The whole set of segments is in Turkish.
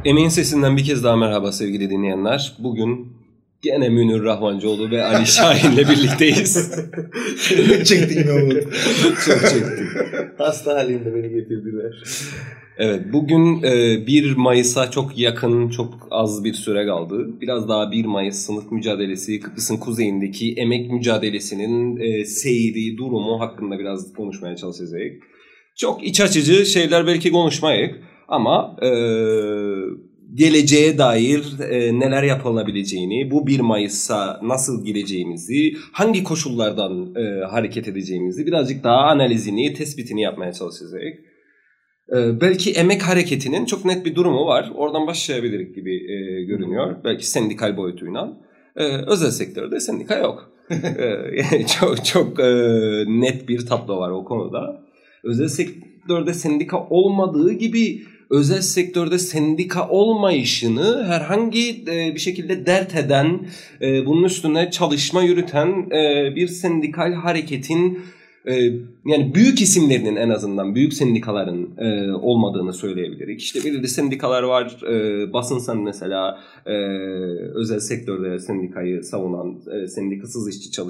Emin Sesinden bir kez daha merhaba sevgili dinleyenler. Bugün gene Münir Rahmancıoğlu ve Ali Şahin'le birlikteyiz. Çektik Umut. Çok çektik. Hasta halinde beni getirdiler. Evet, bugün 1 Mayıs'a çok yakın, çok az bir süre kaldı. Biraz daha 1 Mayıs sınıf mücadelesi, Kıbrıs'ın kuzeyindeki emek mücadelesinin seyri, durumu hakkında biraz konuşmaya çalışacağız. Çok iç açıcı şeyler belki konuşmayız ama geleceğe dair neler yapılabileceğini, bu 1 Mayıs'a nasıl gireceğimizi, hangi koşullardan hareket edeceğimizi birazcık daha analizini, tespitini yapmaya çalışacağız. Belki emek hareketinin çok net bir durumu var. Oradan başlayabiliriz gibi görünüyor. Belki sendikal boyutuyla. Özel sektörde sendika yok. çok net bir tablo var o konuda. Özel sektörde sendika olmadığı gibi özel sektörde sendika olmayışını herhangi bir şekilde dert eden, bunun üstüne çalışma yürüten bir sendikal hareketin yani büyük isimlerinin, en azından büyük sendikaların olmadığını söyleyebiliriz. İşte belirli sendikalar var. Basınsan mesela özel sektörde sendikayı savunan, sendikasız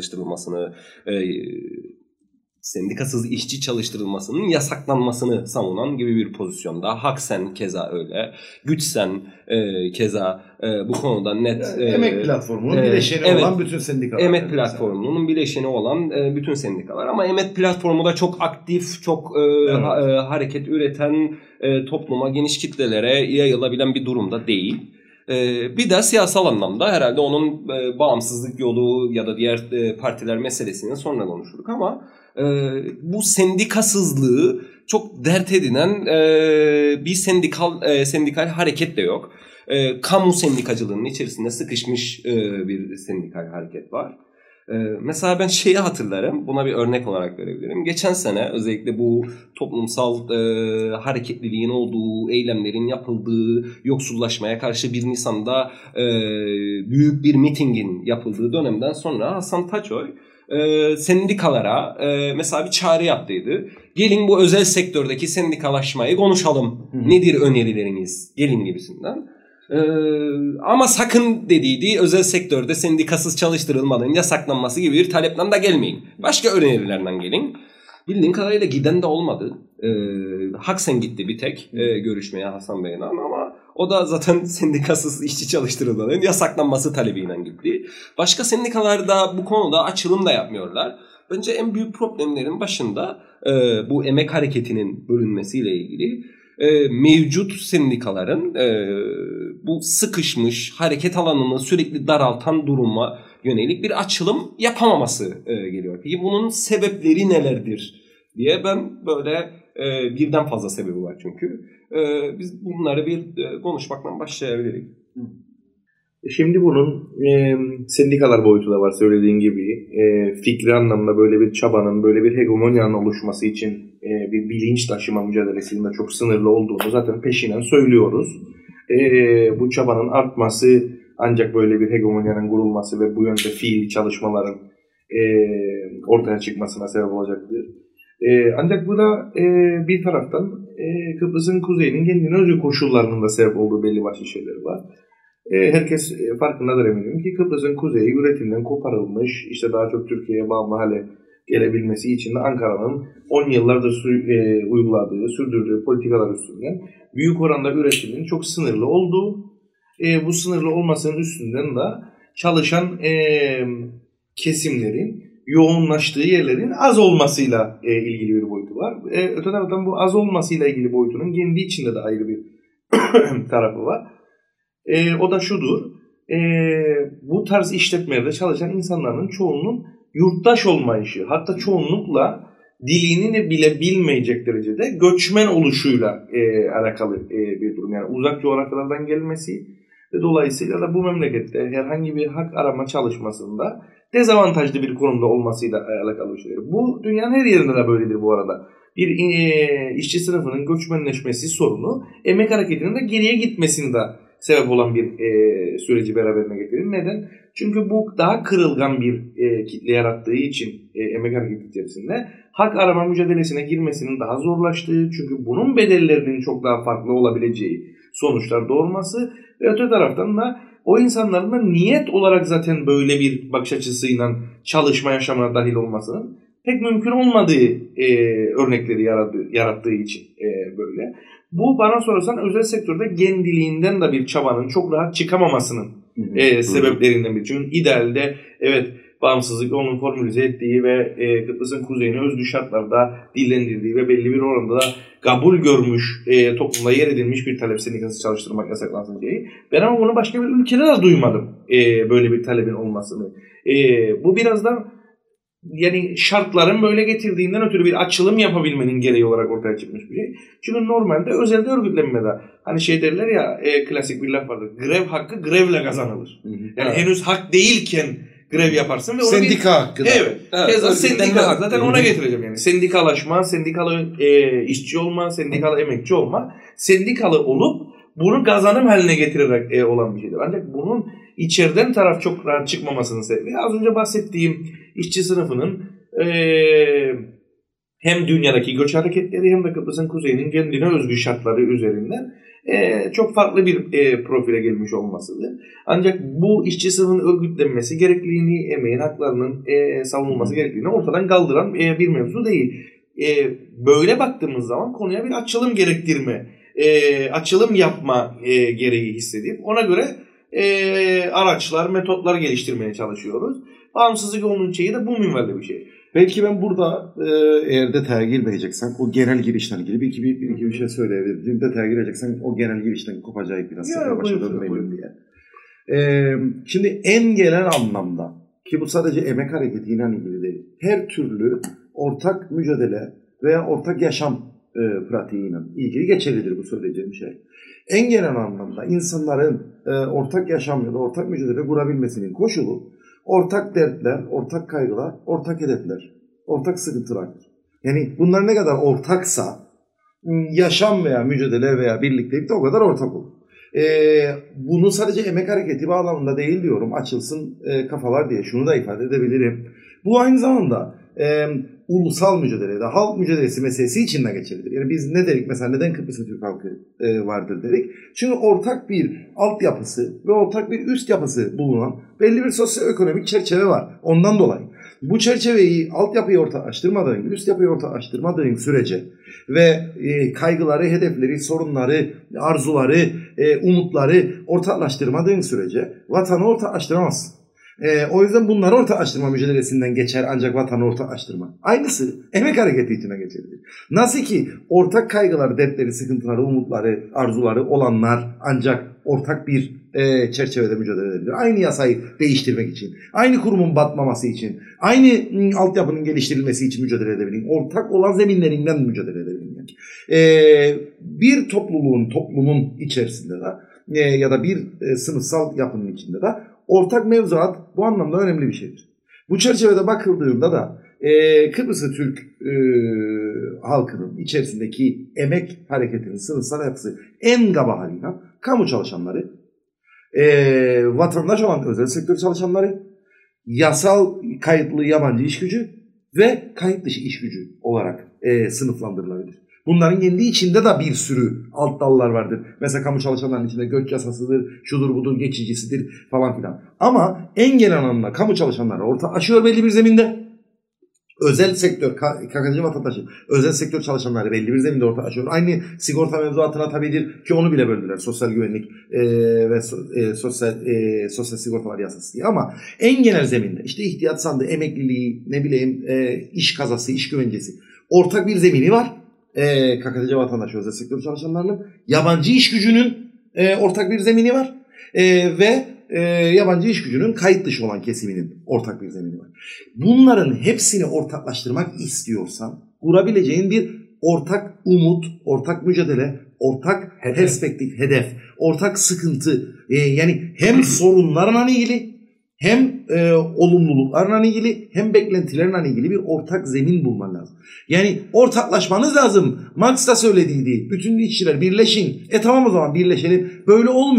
işçi çalıştırılmasının yasaklanmasını savunan gibi bir pozisyonda. Haksen keza öyle. Güçsen keza bu konuda net. Emek platformunun bileşeni olan bütün sendikalar. Emek platformunun bileşeni olan bütün sendikalar. Ama emek platformu da çok aktif, çok hareket üreten, topluma, geniş kitlelere yayılabilen bir durumda değil. Bir de siyasal anlamda herhalde onun bağımsızlık yolu ya da diğer partiler meselesini sonra konuşurduk ama bu sendikasızlığı çok dert edinen bir sendikal hareket de yok. Kamu sendikacılığının içerisinde sıkışmış bir sendikal hareket var. Mesela ben şeyi hatırlarım, buna bir örnek olarak verebilirim. Geçen sene özellikle bu toplumsal hareketliliğin olduğu, eylemlerin yapıldığı, yoksullaşmaya karşı 1 Nisan'da büyük bir mitingin yapıldığı dönemden sonra Hasan Taçoy sendikalara mesela bir çağrı yaptıydı. Gelin bu özel sektördeki sendikalaşmayı konuşalım. Nedir önerileriniz? Gelin gibisinden. Ama sakın dediydi, özel sektörde sendikasız çalıştırılmanın yasaklanması gibi bir talepten de gelmeyin. Başka önerilerden gelin. Bildiğin kadarıyla giden de olmadı. Haksen gitti bir tek görüşmeye Hasan Bey'le ama o da zaten sendikasız işçi çalıştırılmanın yasaklanması talebiyle gitti. Başka sendikalar da bu konuda açılım da yapmıyorlar. Bence en büyük problemlerin başında bu emek hareketinin bölünmesiyle ilgili mevcut sendikaların bu sıkışmış hareket alanını sürekli daraltan duruma yönelik bir açılım yapamaması geliyor. Peki bunun sebepleri nelerdir diye ben böyle birden fazla sebebi var çünkü. Biz bunları bir konuşmaktan başlayabiliriz. Şimdi bunun sendikalar boyutu da var söylediğin gibi. Fikri anlamda böyle bir çabanın, böyle bir hegemonyanın oluşması için bir bilinç taşıma mücadelesinde çok sınırlı olduğunu zaten peşinen söylüyoruz. Bu çabanın artması ancak böyle bir hegemonyanın kurulması ve bu yönde fiili çalışmaların ortaya çıkmasına sebep olacaktır. Ancak bu da bir taraftan Kıbrıs'ın kuzeyinin kendine özgü koşullarının da sebep olduğu belli başlı şeyler var. Herkes farkındadır eminim ki Kıbrıs'ın kuzeyi üretimden koparılmış, işte daha çok Türkiye'ye bağımlı hale gelebilmesi için de Ankara'nın 10 yıllardır uyguladığı, sürdürdüğü politikalar üstünden büyük oranda üretimin çok sınırlı olduğu, bu sınırlı olmasının üstünden de çalışan kesimlerin yoğunlaştığı yerlerin az olmasıyla ilgili bir boyutu var. Öte taraftan bu az olmasıyla ilgili boyutunun kendi içinde de ayrı bir tarafı var. O da şudur, bu tarz işletmelerde çalışan insanların çoğunun yurttaş olmayışı, hatta çoğunlukla dilini bile bilmeyecek derecede göçmen oluşuyla alakalı bir durum. Yani uzak coğrafyalardan gelmesi ve dolayısıyla da bu memlekette herhangi bir hak arama çalışmasında dezavantajlı bir konumda olmasıyla alakalı bir şey. Bu dünyanın her yerinde de böyledir bu arada. Bir işçi sınıfının göçmenleşmesi sorunu emek hareketinin de geriye gitmesini de sebep olan bir süreci beraberine getirir. Neden? Çünkü bu daha kırılgan bir kitle yarattığı için emek hareketi içerisinde hak arama mücadelesine girmesinin daha zorlaştığı, çünkü bunun bedellerinin çok daha farklı olabileceği sonuçlar doğurması ve öte taraftan da o insanların da niyet olarak zaten böyle bir bakış açısıyla çalışma yaşamına dahil olmasının pek mümkün olmadığı örnekleri yarattığı için böyle. Bu bana sorarsan özel sektörde kendiliğinden de bir çabanın çok rahat çıkamamasının sebeplerinden biri. Çünkü idealde evet bağımsızlık onun formülize ettiği ve Kıbrıs'ın kuzeyine özgü şartlarda dillendirdiği ve belli bir oranda da kabul görmüş, toplumda yer edilmiş bir talep sendikası çalıştırmak yasaklansın diye. Ben ama bunu başka bir ülkede de duymadım böyle bir talebin olmasını. Bu biraz da yani şartların böyle getirdiğinden ötürü bir açılım yapabilmenin gereği olarak ortaya çıkmış bir şey. Çünkü normalde özelde örgütlenmede hani şey derler ya klasik bir laf vardır. Grev hakkı grevle kazanılır. Yani henüz hak değilken grev yaparsın ve sendika hakkı da. Evet. Sendika hakkı. Zaten ona getireceğim yani. Sendikalaşma, sendikalı işçi olma, sendikalı emekçi olma, sendikalı olup bunu kazanım haline getirerek olan bir şeydir. Ancak bunun içeriden taraf çok rahat çıkmamasının sebebi az önce bahsettiğim işçi sınıfının hem dünyadaki göç hareketleri hem de Kıbrıs'ın kuzeyinin kendine özgü şartları üzerinden çok farklı bir profile gelmiş olmasıdır. Ancak bu işçi sınıfının örgütlenmesi gerekliliğini, emeğin haklarının savunulması gerekliliğini ortadan kaldıran bir mevzu değil. Böyle baktığımız zaman konuya bir açılım gerektirme, açılım yapma gereği hissedip ona göre araçlar, metotlar geliştirmeye çalışıyoruz. Bağımsızlık onun şeyi de bu minvalde bir şey. Belki ben burada eğer detaya girmeyeceksen o genel girişten ilgili bir iki bir şey söyleyebilirim. Detaya gireceksen o genel girişten kopacak biraz. Başa dönmeyelim diye. Şimdi en genel anlamda ki bu sadece emek hareketiyle ilgili değil. Her türlü ortak mücadele veya ortak yaşam pratiğiyle ilgili geçerlidir bu söyleyeceğim şey. En genel anlamda insanların ortak yaşam ya da ortak mücadele kurabilmesinin koşulu ortak dertler, ortak kaygılar, ortak hedefler, ortak sıkıntılardır. Yani bunlar ne kadar ortaksa yaşam veya mücadele veya birliktelik de o kadar ortak olur. Bunu sadece emek hareketi bağlamında değil diyorum, açılsın kafalar diye şunu da ifade edebilirim. Bu aynı zamanda ulusal mücadelede, halk mücadelesi meselesi için de geçerlidir. Yani biz ne dedik mesela, neden Kıbrıs'ta Türk halkı vardır dedik? Çünkü ortak bir altyapısı ve ortak bir üst yapısı bulunan belli bir sosyoekonomik çerçeve var. Ondan dolayı bu çerçeveyi, altyapıyı ortaklaştırmadığın, üst yapıyı ortaklaştırmadığın sürece ve kaygıları, hedefleri, sorunları, arzuları, umutları ortaklaştırmadığın sürece vatanı ortaklaştıramazsın. O yüzden bunları ortaklaştırma mücadelesinden geçer ancak vatanı ortaklaştırma. Aynısı emek hareketi içine geçerlidir. Nasıl ki ortak kaygıları, dertleri, sıkıntıları, umutları, arzuları olanlar ancak ortak bir çerçevede mücadele edebilir. Aynı yasayı değiştirmek için, aynı kurumun batmaması için, aynı altyapının geliştirilmesi için mücadele edebilir. Ortak olan zeminlerinden mücadele edebilir. Bir toplumun içerisinde de ya da bir sınıfsal yapının içinde de ortak mevzuat bu anlamda önemli bir şeydir. Bu çerçevede bakıldığında da Kıbrıs'ı Türk halkının içerisindeki emek hareketinin sınıfsal yapısı en kaba haliyle kamu çalışanları, vatandaş olan özel sektör çalışanları, yasal kayıtlı yabancı iş gücü ve kayıt dışı iş gücü olarak sınıflandırılabilir. Bunların kendi içinde de bir sürü alt dallar vardır. Mesela kamu çalışanlarının içinde göç yasasıdır, şudur budur, geçicisidir falan filan. Ama en genel anlamda kamu çalışanları ortaklaşıyor belli bir zeminde. Özel sektör, KKTC vatandaşı, özel sektör çalışanları belli bir zeminde ortaklaşıyor. Aynı sigorta mevzuatına tabidir ki onu bile böldüler. Sosyal güvenlik ve sosyal sigortalar yasası diye. Ama en genel zeminde işte ihtiyat sandığı, emekliliği, ne bileyim iş kazası, iş güvencesi ortak bir zemini var. KKTC vatandaşı, özel sektör çalışanlarının, yabancı iş gücünün ortak bir zemini var ve yabancı iş gücünün kayıt dışı olan kesiminin ortak bir zemini var. Bunların hepsini ortaklaştırmak istiyorsan kurabileceğin bir ortak umut, ortak mücadele, ortak perspektif, hedef, ortak sıkıntı, yani hem sorunlarla ilgili hem olumluluklarla ilgili hem beklentilerle ilgili bir ortak zemin bulman lazım. Yani ortaklaşmanız lazım. Marx da söylediydi. Bütün işçiler birleşin. Tamam o zaman birleşelim. Böyle olmuyor.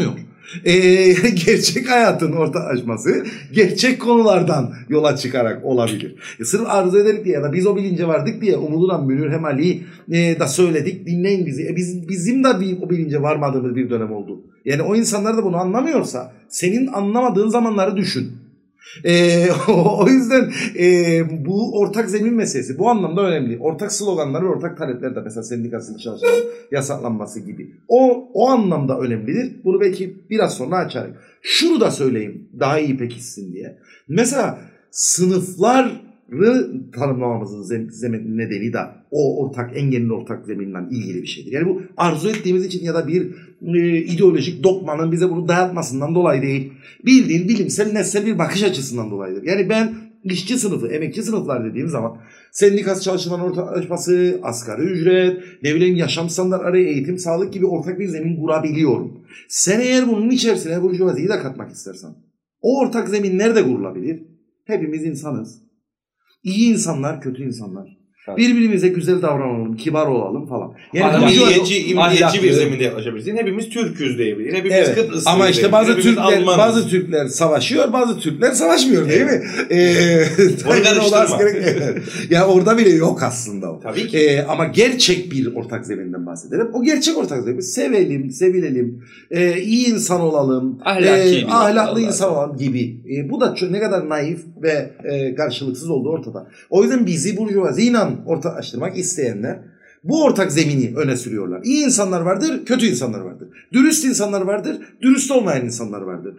Gerçek hayatın ortaklaşması gerçek konulardan yola çıkarak olabilir. Sırf arzu ederek diye ya da biz o bilince vardık diye Umud'la Münir Hemali da söyledik, dinleyin bizi. Bizim de o bilince varmadığımız bir dönem oldu. Yani o insanlar da bunu anlamıyorsa senin anlamadığın zamanları düşün. O yüzden bu ortak zemin meselesi bu anlamda önemli. Ortak sloganlar ve ortak talepler de mesela sendikasının çalışanın yasaklanması gibi. O anlamda önemlidir. Bunu belki biraz sonra açarım. Şunu da söyleyeyim daha iyi pekişsin diye. Mesela sınıfları tanımlamamızın zemin nedeni de o ortak engelin ortak zeminden ilgili bir şeydir. Yani bu arzu ettiğimiz için ya da bir ideolojik dogmanın bize bunu dayatmasından dolayı değil. Bildiğin bilimsel nesnel bir bakış açısından dolayıdır. Yani ben işçi sınıfı, emekçi sınıflar dediğim zaman sendikası çalışanların ortaklaşması, asgari ücret, ne bileyim yaşam standartları, eğitim, sağlık gibi ortak bir zemin kurabiliyorum. Sen eğer bunun içerisine burjuvaziyi de katmak istersen o ortak zemin nerede kurulabilir? Hepimiz insanız. İyi insanlar, kötü insanlar. Evet. Birbirimize güzel davranalım, kibar olalım falan. Yani milliyetçi bir zeminde yaklaşabilirsin. Hepimiz Türk'üz diyebilir. Hepimiz evet. Kıbrıslıyız. Ama işte bazı Türkler savaşıyor, bazı Türkler savaşmıyor değil mi? Onu karıştırma. Yani orada bile yok aslında o. Tabii ki. Ama gerçek bir ortak zeminden bahsedelim. O gerçek ortak zemin. Sevelim, sevilelim, iyi insan olalım, ahlaklı insan olalım gibi. Bu da ne kadar naif ve karşılıksız olduğu ortada. O yüzden bizi burjuvaziyle ortaklaştırmak isteyenler bu ortak zemini öne sürüyorlar. İyi insanlar vardır, kötü insanlar vardır. Dürüst insanlar vardır, dürüst olmayan insanlar vardır.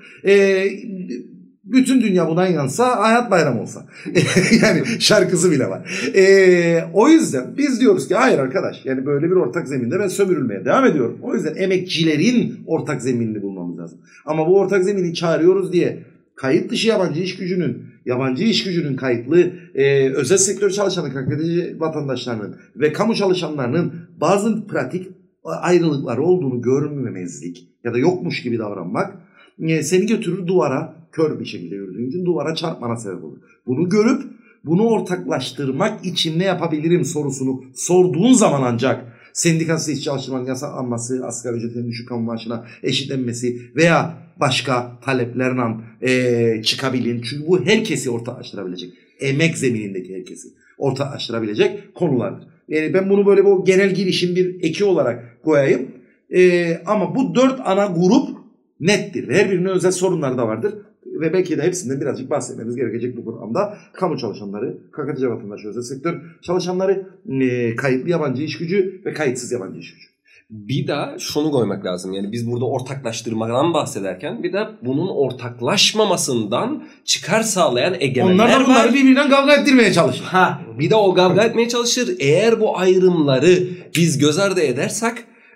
Bütün dünya buna inansa hayat bayram olsa. Yani şarkısı bile var. O yüzden biz diyoruz ki hayır arkadaş, yani böyle bir ortak zeminde ben sömürülmeye devam ediyorum. O yüzden emekçilerin ortak zeminini bulmamız lazım. Ama bu ortak zemini çağırıyoruz diye kayıt dışı yabancı iş gücünün kayıtlı özel sektör çalışanı, KKTC vatandaşlarının ve kamu çalışanlarının bazı pratik ayrılıkları olduğunu görmemezlik ya da yokmuş gibi davranmak seni götürür duvara, kör bir şekilde yürüdüğün için duvara çarpmana sebep olur. Bunu görüp bunu ortaklaştırmak için ne yapabilirim sorusunu sorduğun zaman ancak sendikasız iş çalıştırmanın yasaklanması, asgari ücretin düşük kamu maaşına eşitlenmesi veya başka taleplerle çıkabilin. Çünkü bu herkesi ortaklaştırabilecek, emek zeminindeki herkesi ortaklaştırabilecek konulardır. Yani ben bunu böyle bu genel girişim bir eki olarak koyayım. Ama bu 4 ana grup nettir. Her birinin özel sorunları da vardır. Ve belki de hepsinden birazcık bahsetmemiz gerekecek bu programda. Kamu çalışanları, KKTC vatandaşı özel sektör çalışanları, kayıtlı yabancı iş gücü ve kayıtsız yabancı iş gücü. Bir de şunu koymak lazım. Yani biz burada ortaklaştırmadan bahsederken bir de bunun ortaklaşmamasından çıkar sağlayan egemenler var. Onlar da bunları birbirinden kavga ettirmeye çalışır. Bir de o kavga etmeye çalışır. Eğer bu ayrımları biz göz ardı edersek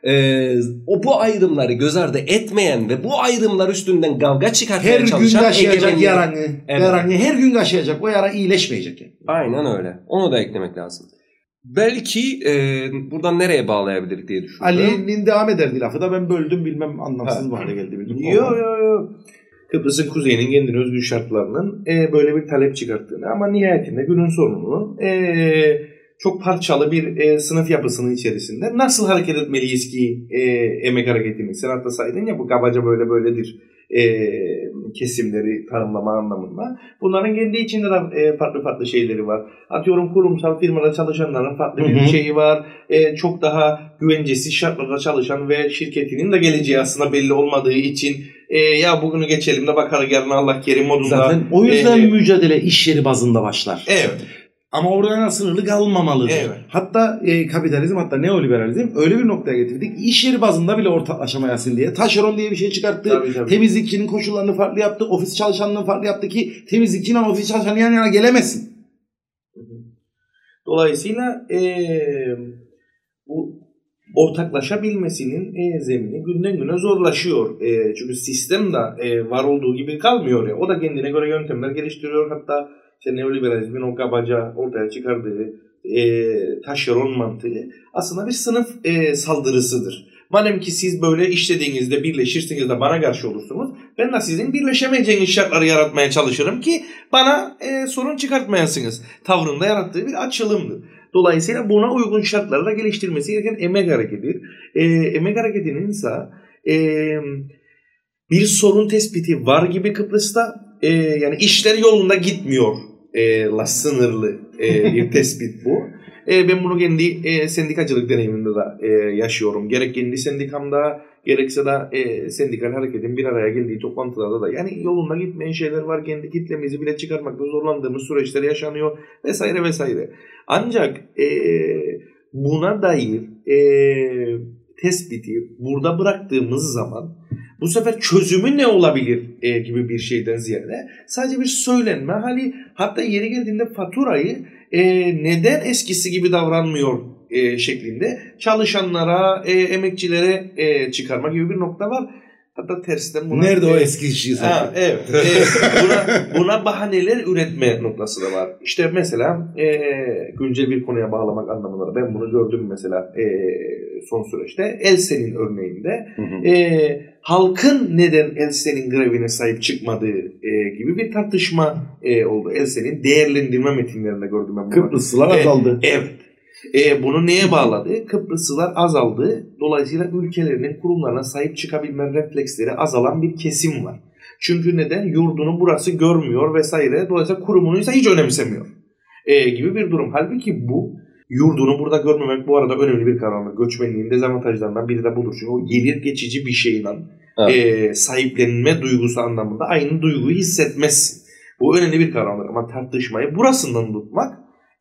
bu ayrımları göz ardı etmeyen ve bu ayrımlar üstünden kavga çıkartmaya çalışan her gün yaşayacak yaranı her gün yaşayacak, o yara iyileşmeyecek yani. Aynen öyle. Onu da eklemek lazım. Belki buradan nereye bağlayabilir diye düşünüyorum. Ali'nin devam ederdi lafı da ben böldüm, bilmem anlamsız mı hale geldi. Yok. Kıbrıs'ın kuzeyinin kendine özgü şartlarının böyle bir talep çıkarttığını ama nihayetinde günün sonunu çok parçalı bir sınıf yapısının içerisinde nasıl hareket etmeliyiz ki emek hareketini sen hatta saydın ya, bu kabaca böyledir kesimleri tanımlama anlamında. Bunların kendi içinde de farklı şeyleri var. Atıyorum kurumsal firmada çalışanların farklı bir şeyi var. Çok daha güvencesiz şartlarda çalışan ve şirketinin de geleceği aslında belli olmadığı için ya bugünü geçelim de bakarız yarın Allah kerim modunda. Zaten o yüzden mücadele iş yeri bazında başlar. Evet. Ama oradan sınırlı kalmamalıdır. Evet. Hatta kapitalizm, hatta neoliberalizm öyle bir noktaya getirdik. İş yeri bazında bile ortaklaşamayasın diye. Taşeron diye bir şey çıkarttı. Tabii. Temizlikçinin koşullarını farklı yaptı. Ofis çalışanını farklı yaptı ki temizlikçiyle ofis çalışanı yan yana gelemezsin. Dolayısıyla bu ortaklaşabilmesinin zemini günden güne zorlaşıyor. Çünkü sistem de var olduğu gibi kalmıyor ya. O da kendine göre yöntemler geliştiriyor. Hatta işte neoliberalizmin o kabaca ortaya çıkardığı taşeron mantığı aslında bir sınıf saldırısıdır. Madem ki siz böyle işlediğinizde birleşirsiniz de bana karşı olursunuz, ben de sizin birleşemeyeceğiniz şartları yaratmaya çalışırım ki bana sorun çıkartmayasınız. Tavrında yarattığı bir açılımdır. Dolayısıyla buna uygun şartlarla geliştirmesi gereken emek hareketidir. Emek hareketinin ise bir sorun tespiti var gibi Kıbrıs'ta. Yani işler yolunda gitmiyor. Sınırlı bir tespit bu. Ben bunu kendi sendikacılık deneyiminde de yaşıyorum. Gerek kendi sendikamda gerekse de sendikal hareketin bir araya geldiği toplantılarda da yani yolunda gitmeyen şeyler var. Kendi kitlemizi bile çıkarmakta zorlandığımız süreçler yaşanıyor vesaire vesaire. Ancak buna dair tespiti burada bıraktığımız zaman bu sefer çözümü ne olabilir gibi bir şeyden ziyade sadece bir söylenme hali, hatta yeri geldiğinde faturayı neden eskisi gibi davranmıyor şeklinde çalışanlara, emekçilere çıkarma gibi bir nokta var. Hatta tersten buna... Nerede o eski işçi? Evet. Buna bahaneler üretme noktası da var. İşte mesela güncel bir konuya bağlamak anlamında ben bunu gördüm mesela son süreçte. Elsen'in örneğinde halkın neden Elsen'in grevine sahip çıkmadığı gibi bir tartışma oldu. Elsen'in değerlendirme metinlerinde gördüm ben bunu. Kıbrıslılar azaldı. Evet. Bunu neye bağladı? Kıbrıslılar azaldı. Dolayısıyla ülkelerinin kurumlarına sahip çıkabilme refleksleri azalan bir kesim var. Çünkü neden? Yurdunu burası görmüyor vesaire. Dolayısıyla kurumunu ise hiç önemsemiyor. Gibi bir durum. Halbuki bu yurdunu burada görmemek bu arada önemli bir karanlık. Göçmenliğin dezavantajlarından biri de budur. Çünkü o gelir geçici bir şeyle sahiplenme duygusu anlamında aynı duyguyu hissetmezsin. Bu önemli bir karanlık. Ama tartışmayı burasından tutmak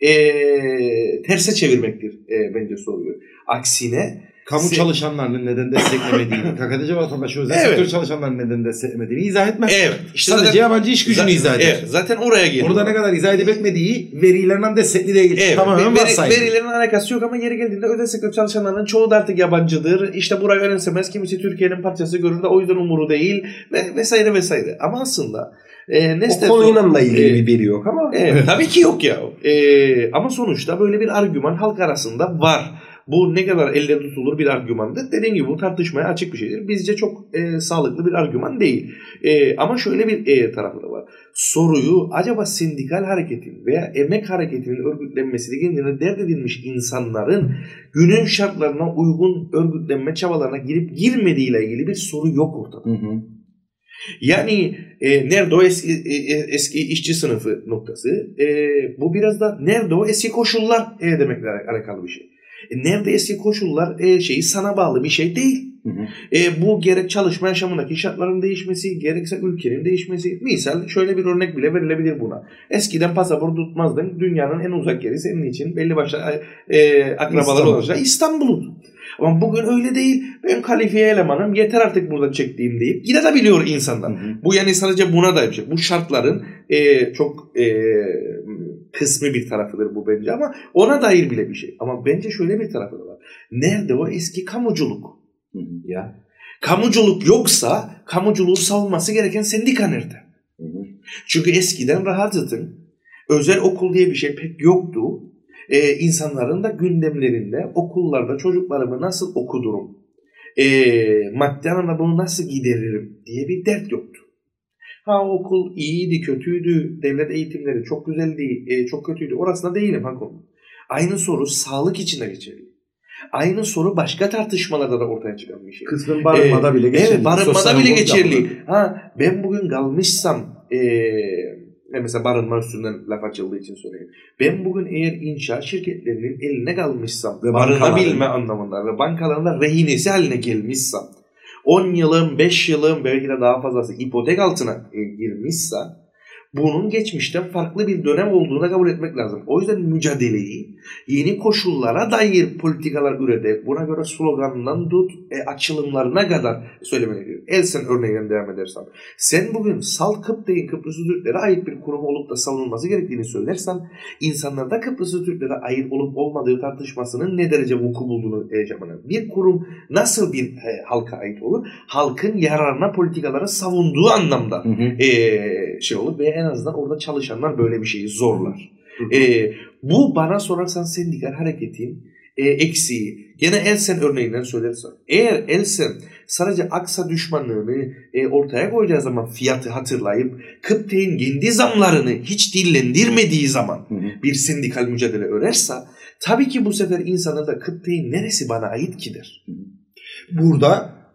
terse çevirmektir bence soruyor. Aksine kamu çalışanlarının neden desteklemediğini, KKTC vatandaşı özel sektör çalışanlarının neden desteklemediğini izah etmez. Evet. İşte sadece yabancı iş gücünü izah eder. Evet, zaten oraya geliyor. Orada ne kadar izah edip etmediği verilerden destekli değil. Evet, tamamen varsayım. Verilerin alakası yok ama yeri geldiğinde özel sektör çalışanlarının çoğu da artık yabancıdır. İşte burayı önemsemez. Kimisi Türkiye'nin parçası görür de o yüzden umuru değil vesaire vesaire. Ama aslında o konuyla da ilgili bir veri yok ama. Tabii ki yok ya. Ama sonuçta böyle bir argüman halk arasında var. Bu ne kadar elle tutulur bir argümandır. Dediğim gibi bu tartışmaya açık bir şeydir. Bizce çok sağlıklı bir argüman değil. Ama şöyle bir tarafı da var. Soruyu acaba sindikal hareketin veya emek hareketinin örgütlenmesi kendine dert edilmiş insanların günün şartlarına uygun örgütlenme çabalarına girip girmediğiyle ilgili bir soru yok ortada. Hı hı. Yani nerede o eski işçi sınıfı noktası? Bu biraz da nerede o eski koşullar demekle alakalı bir şey. Nerede eski koşullar sana bağlı bir şey değil. Hı hı. Bu gerek çalışma yaşamındaki şartların değişmesi, gerekse ülkenin değişmesi. Misal şöyle bir örnek bile verilebilir buna. Eskiden pasaport tutmazdın. Dünyanın en uzak yeri senin için belli başlı akrabalar olacak İstanbul'un. Ama bugün öyle değil. Ben kalifiye elemanım. Yeter artık burada çektiğim deyip gidebiliyor insanlar. Hı hı. Bu yani sadece buna da bir şey. Bu şartların çok kısmi bir tarafıdır bu bence ama ona dair bile bir şey. Ama bence şöyle bir tarafı da var. Nerede o eski kamuculuk? Hı hı. Ya. Kamuculuk yoksa kamuculuğu savunması gereken sendika nerede? Hı hı. Çünkü eskiden rahattın. Özel okul diye bir şey pek yoktu. İnsanların da gündemlerinde okullarda çocuklarımı nasıl okudurum, maddi anlamda bunu nasıl gideririm diye bir dert yoktu. Okul iyiydi, kötüydü, devlet eğitimleri çok güzeldi, çok kötüydü. Orasında değilim konu. Aynı soru sağlık için de geçerli. Aynı soru başka tartışmalarda da ortaya çıkan bir şey. Kısmen barınmada bile geçerli. Evet, barınmada bile geçerli. Ben bugün kalmışsam mesela barınma üstünden laf açıldığı için söyleyeyim. Ben bugün eğer inşaat şirketlerinin eline kalmışsam ve barınabilme anlamında ve bankalarında rehinesi haline gelmişsem 10 yılım, 5 yılım belki de daha fazlası ipotek altına girmişse bunun geçmişten farklı bir dönem olduğunu kabul etmek lazım. O yüzden mücadeleyi yeni koşullara dair politikalar üretip buna göre sloganından tut açılımlarına kadar söylemeli gerekiyor. Elsen örneğinden devam edersem. Sen bugün Salt Kıbrıs Kıbrıslı Türklere ait bir kurum olup da savunulması gerektiğini söylersen insanlarda Kıbrıslı Türklere ait olup olmadığı tartışmasının ne derece vuku bulduğunu yaşamanın. Bir kurum nasıl bir halka ait olur? Halkın yararına politikalara savunduğu anlamda şey olur ve en azından orada çalışanlar böyle bir şeyi zorlar. Bu bana sorarsan sendikal hareketin eksiği. Gene Elsen örneğinden söylersem. Eğer Elsen sadece Aksa düşmanlığını ortaya koyacağı zaman fiyatı hatırlayıp Kıptek'in kendi zamlarını hiç dillendirmediği zaman bir sendikal mücadele örerse tabii ki bu sefer insanlar da Kıptek'in neresi bana ait ki der. Burada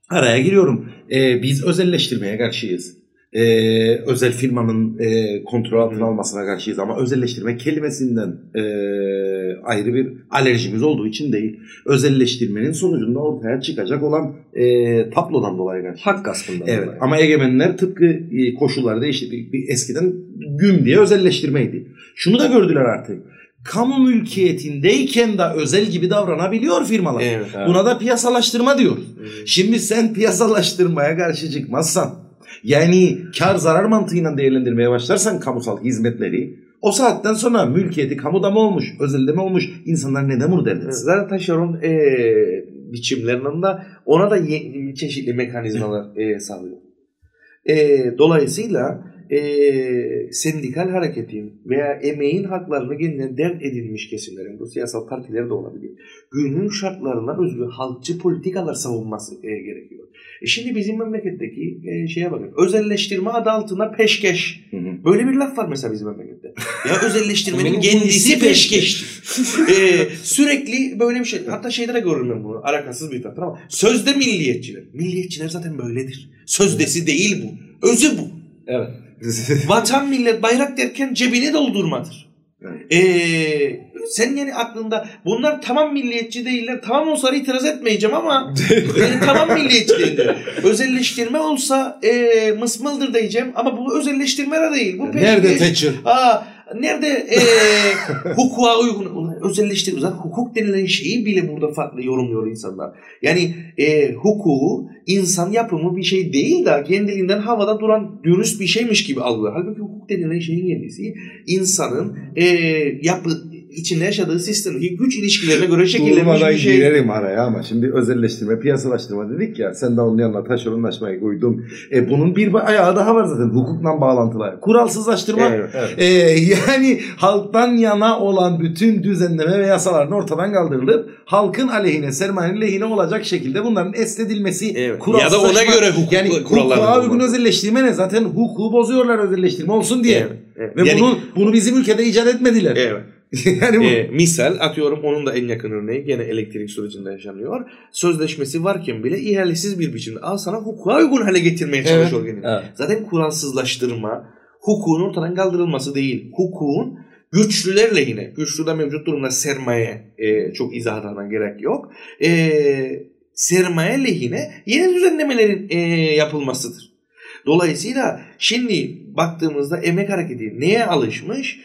Araya giriyorum. Biz özelleştirmeye karşıyız. Özel firmanın kontrol altına almasına karşıyız ama özelleştirme kelimesinden ayrı bir alerjimiz olduğu için değil. Özelleştirmenin sonucunda ortaya çıkacak olan tablodan dolayı karşıyız. Hak gaspından evet, dolayı. ama egemenler tıpkı koşullar değişti. Eskiden güm diye özelleştirmeydi. Şunu da gördüler artık. Kamu mülkiyetindeyken de özel gibi davranabiliyor firmalar. Evet, evet. Buna da piyasalaştırma diyoruz. Evet. Şimdi sen piyasalaştırmaya karşı çıkmazsan, yani kar zarar mantığıyla değerlendirmeye başlarsan kamusal hizmetleri, o saatten sonra mülkiyeti kamuda mı olmuş, özelde mi olmuş, insanlar neden bunu dert etsin? Zaten taşeron biçimlerinin de ona da çeşitli mekanizmalar sağlıyor. Dolayısıyla sendikal hareketin veya emeğin haklarını kendine dert edilmiş kesimlerin, bu siyasal partiler de olabilir, günün şartlarına özgü halkçı politikalar savunması gerekiyor. Şimdi bizim memleketteki şeye bakın, özelleştirme adı altında peşkeş. Böyle bir laf var mesela bizim memlekette. Ya özelleştirmenin kendisi peşkeştir. Sürekli böyle bir şey. Hatta şeyde de görürüm ben bunu. Alakasız bir tatlı ama sözde milliyetçiler. Milliyetçiler zaten böyledir. Sözdesi değil bu. Özü bu. Evet. Vatan, millet, bayrak derken cebini doldurmadır. Evet. Sen yani aklında bunlar tamam milliyetçi değiller. Tamam olsa itiraz etmeyeceğim ama tamam milliyetçi değiller. Özelleştirme olsa mısmıldır diyeceğim ama bu özelleştirme de değil. Bu Nerede Thatcher? Nerede hukuka uygun özelleştirme? Zaten hukuk denilen şeyi bile burada farklı yorumluyor insanlar. Yani hukuku insan yapımı bir şey değil de kendiliğinden havada duran dürüst bir şeymiş gibi algılıyor. Halbuki hukuk denilen şeyin kendisi insanın içinde yaşadığı sistemdeki güç ilişkilerine göre şekillenmiş bir şey. Girerim araya ama şimdi özelleştirme, piyasalaştırma dedik ya, sen de onun yanına taşeronlaşmayı koydun. Bunun bir ayağı daha var zaten, hukukla bağlantılı. Kuralsızlaştırma. Evet. Yani halktan yana olan bütün düzenleme ve yasaların ortadan kaldırılıp halkın aleyhine, sermayenin lehine olacak şekilde bunların esnedilmesi. Evet. Ya da ona göre hukuk yani hukuka uygun özelleştirme ne? Zaten hukuku bozuyorlar özelleştirme olsun diye. Evet. Ve yani, bunu bizim ülkede icat etmediler. Evet. Yani misal atıyorum, onun da en yakın örneği gene elektrik sürecinde yaşanıyor. Sözleşmesi varken bile ihalesiz bir biçimde al sana hukuka uygun hale getirmeye çalışıyor. Evet. Zaten kuralsızlaştırma hukukun ortadan kaldırılması değil. Hukukun güçlüler lehine, güçlü de mevcut durumda sermaye çok izahına gerek yok. Sermaye lehine yeni düzenlemelerin yapılmasıdır. Dolayısıyla şimdi baktığımızda emek hareketi neye alışmış?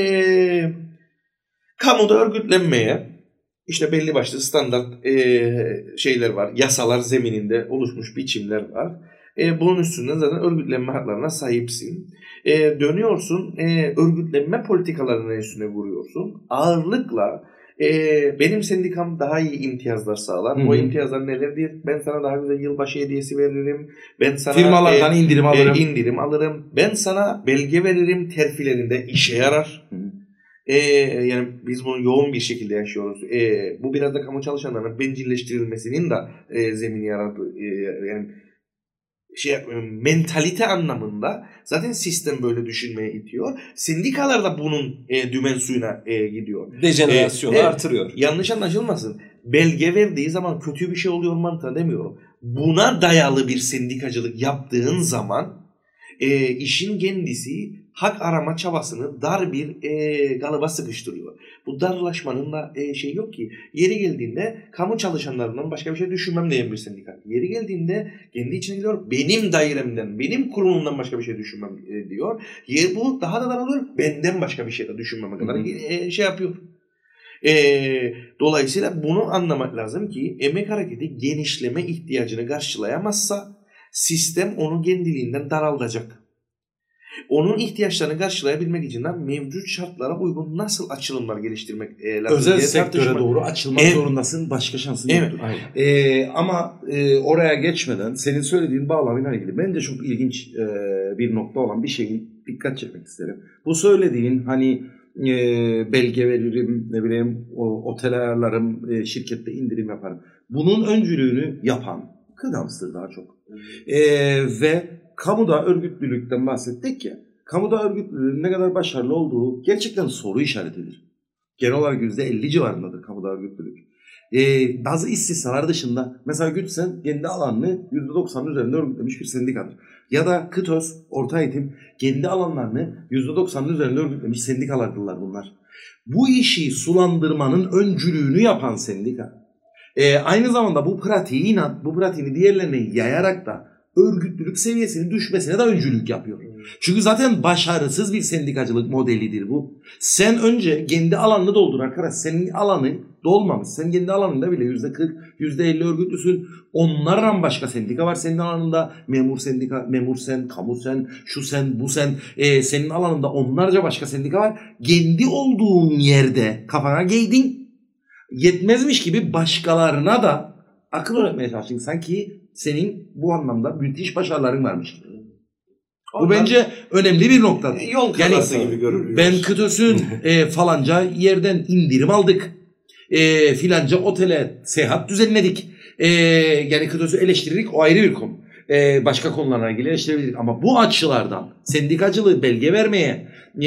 Kamuda örgütlenmeye, işte belli başlı standart şeyler var. Yasalar zemininde oluşmuş biçimler var. Bunun üstünden zaten örgütlenme haklarına sahipsin. Dönüyorsun, örgütlenme politikalarının üstüne vuruyorsun. Ağırlıkla benim sendikam daha iyi imtiyazlar sağlar. O imtiyazlar nelerdir? Ben sana daha güzel yılbaşı hediyesi veririm. Ben sana firmalardan indirim alırım. Ben sana belge veririm. Terfilerinde işe yarar. Yani biz bunu yoğun bir şekilde yaşıyoruz. Bu biraz da kamu çalışanlarının bencilleştirilmesinin de zemini yaradı. Yani mentalite anlamında zaten sistem böyle düşünmeye itiyor. Sendikalar da bunun dümen suyuna gidiyor. Dejenerasyonu artırıyor. Yanlış anlaşılmasın. Belge verdiği zaman kötü bir şey oluyor mantığı demiyorum. Buna dayalı bir sendikacılık yaptığın zaman işin kendisi hak arama çabasını dar bir kalıba sıkıştırıyor. Bu darlaşmanın da şey yok ki. Yeri geldiğinde kamu çalışanlarından başka bir şey düşünmem diyen bir sendika. Yeri geldiğinde kendi içine gidiyor. Benim dairemden, benim kurumumdan başka bir şey düşünmem diyor. Bu daha da daralıyor. Benden başka bir şey de düşünmeme kadar şey yapıyor. Dolayısıyla bunu anlamak lazım ki emek hareketi genişleme ihtiyacını karşılayamazsa sistem onu kendiliğinden daraltacak. Onun ihtiyaçlarını karşılayabilmek için de mevcut şartlara uygun nasıl açılımlar geliştirmek lazım? Özel sektöre doğru açılmak zorundasın. Başka şansın yoktur. Ama oraya geçmeden senin söylediğin bağlamıyla ilgili bence çok ilginç bir nokta olan bir şeyin dikkat çekmek isterim. Bu söylediğin hani belge veririm, ne bileyim otel ayarlarım, şirkette indirim yaparım. Bunun öncülüğünü yapan Kıdems'tır daha çok. Ve kamuda örgütlülükten bahsettik ya. Kamuda örgütlülüğün ne kadar başarılı olduğu gerçekten soru işaretidir. Genel olarak %50 civarındadır kamuda örgütlülük. Bazı istisnalar dışında mesela Gütsen kendi alanını %90'ın üzerinde örgütlemiş bir sendikadır. Ya da KıTÖS, orta eğitim kendi alanlarını %90'ın üzerinde örgütlemiş sendikalardılar bunlar. Bu işi sulandırmanın öncülüğünü yapan sendika. Aynı zamanda bu pratiğini diğerlerine yayarak da örgütlülük seviyesinin düşmesine de öncülük yapıyor. Çünkü zaten başarısız bir sendikacılık modelidir bu. Sen önce kendi alanını doldur arkadaş. Senin alanı dolmamış. Sen kendi alanında bile %40, %50 örgütlüsün. Onlardan başka sendika var senin alanında. Memur sendika, memur sen, kamu sen, şu sen, bu sen. Senin alanında onlarca başka sendika var. Kendi olduğun yerde kafana giydin. Yetmezmiş gibi başkalarına da akıl öğretmeye çalıştın. Sanki senin bu anlamda müthiş başarıların varmış. Bu bence önemli bir nokta. Yol kazası gibi görünüyor. Ben KıTÖS'ün falanca yerden indirim aldık. Filanca otele seyahat düzenledik. Yani KıTÖS'ü eleştiririk, o ayrı bir konu. Başka konularla ilgili eleştirebiliriz. Ama bu açılardan sendikacılığı belge vermeye,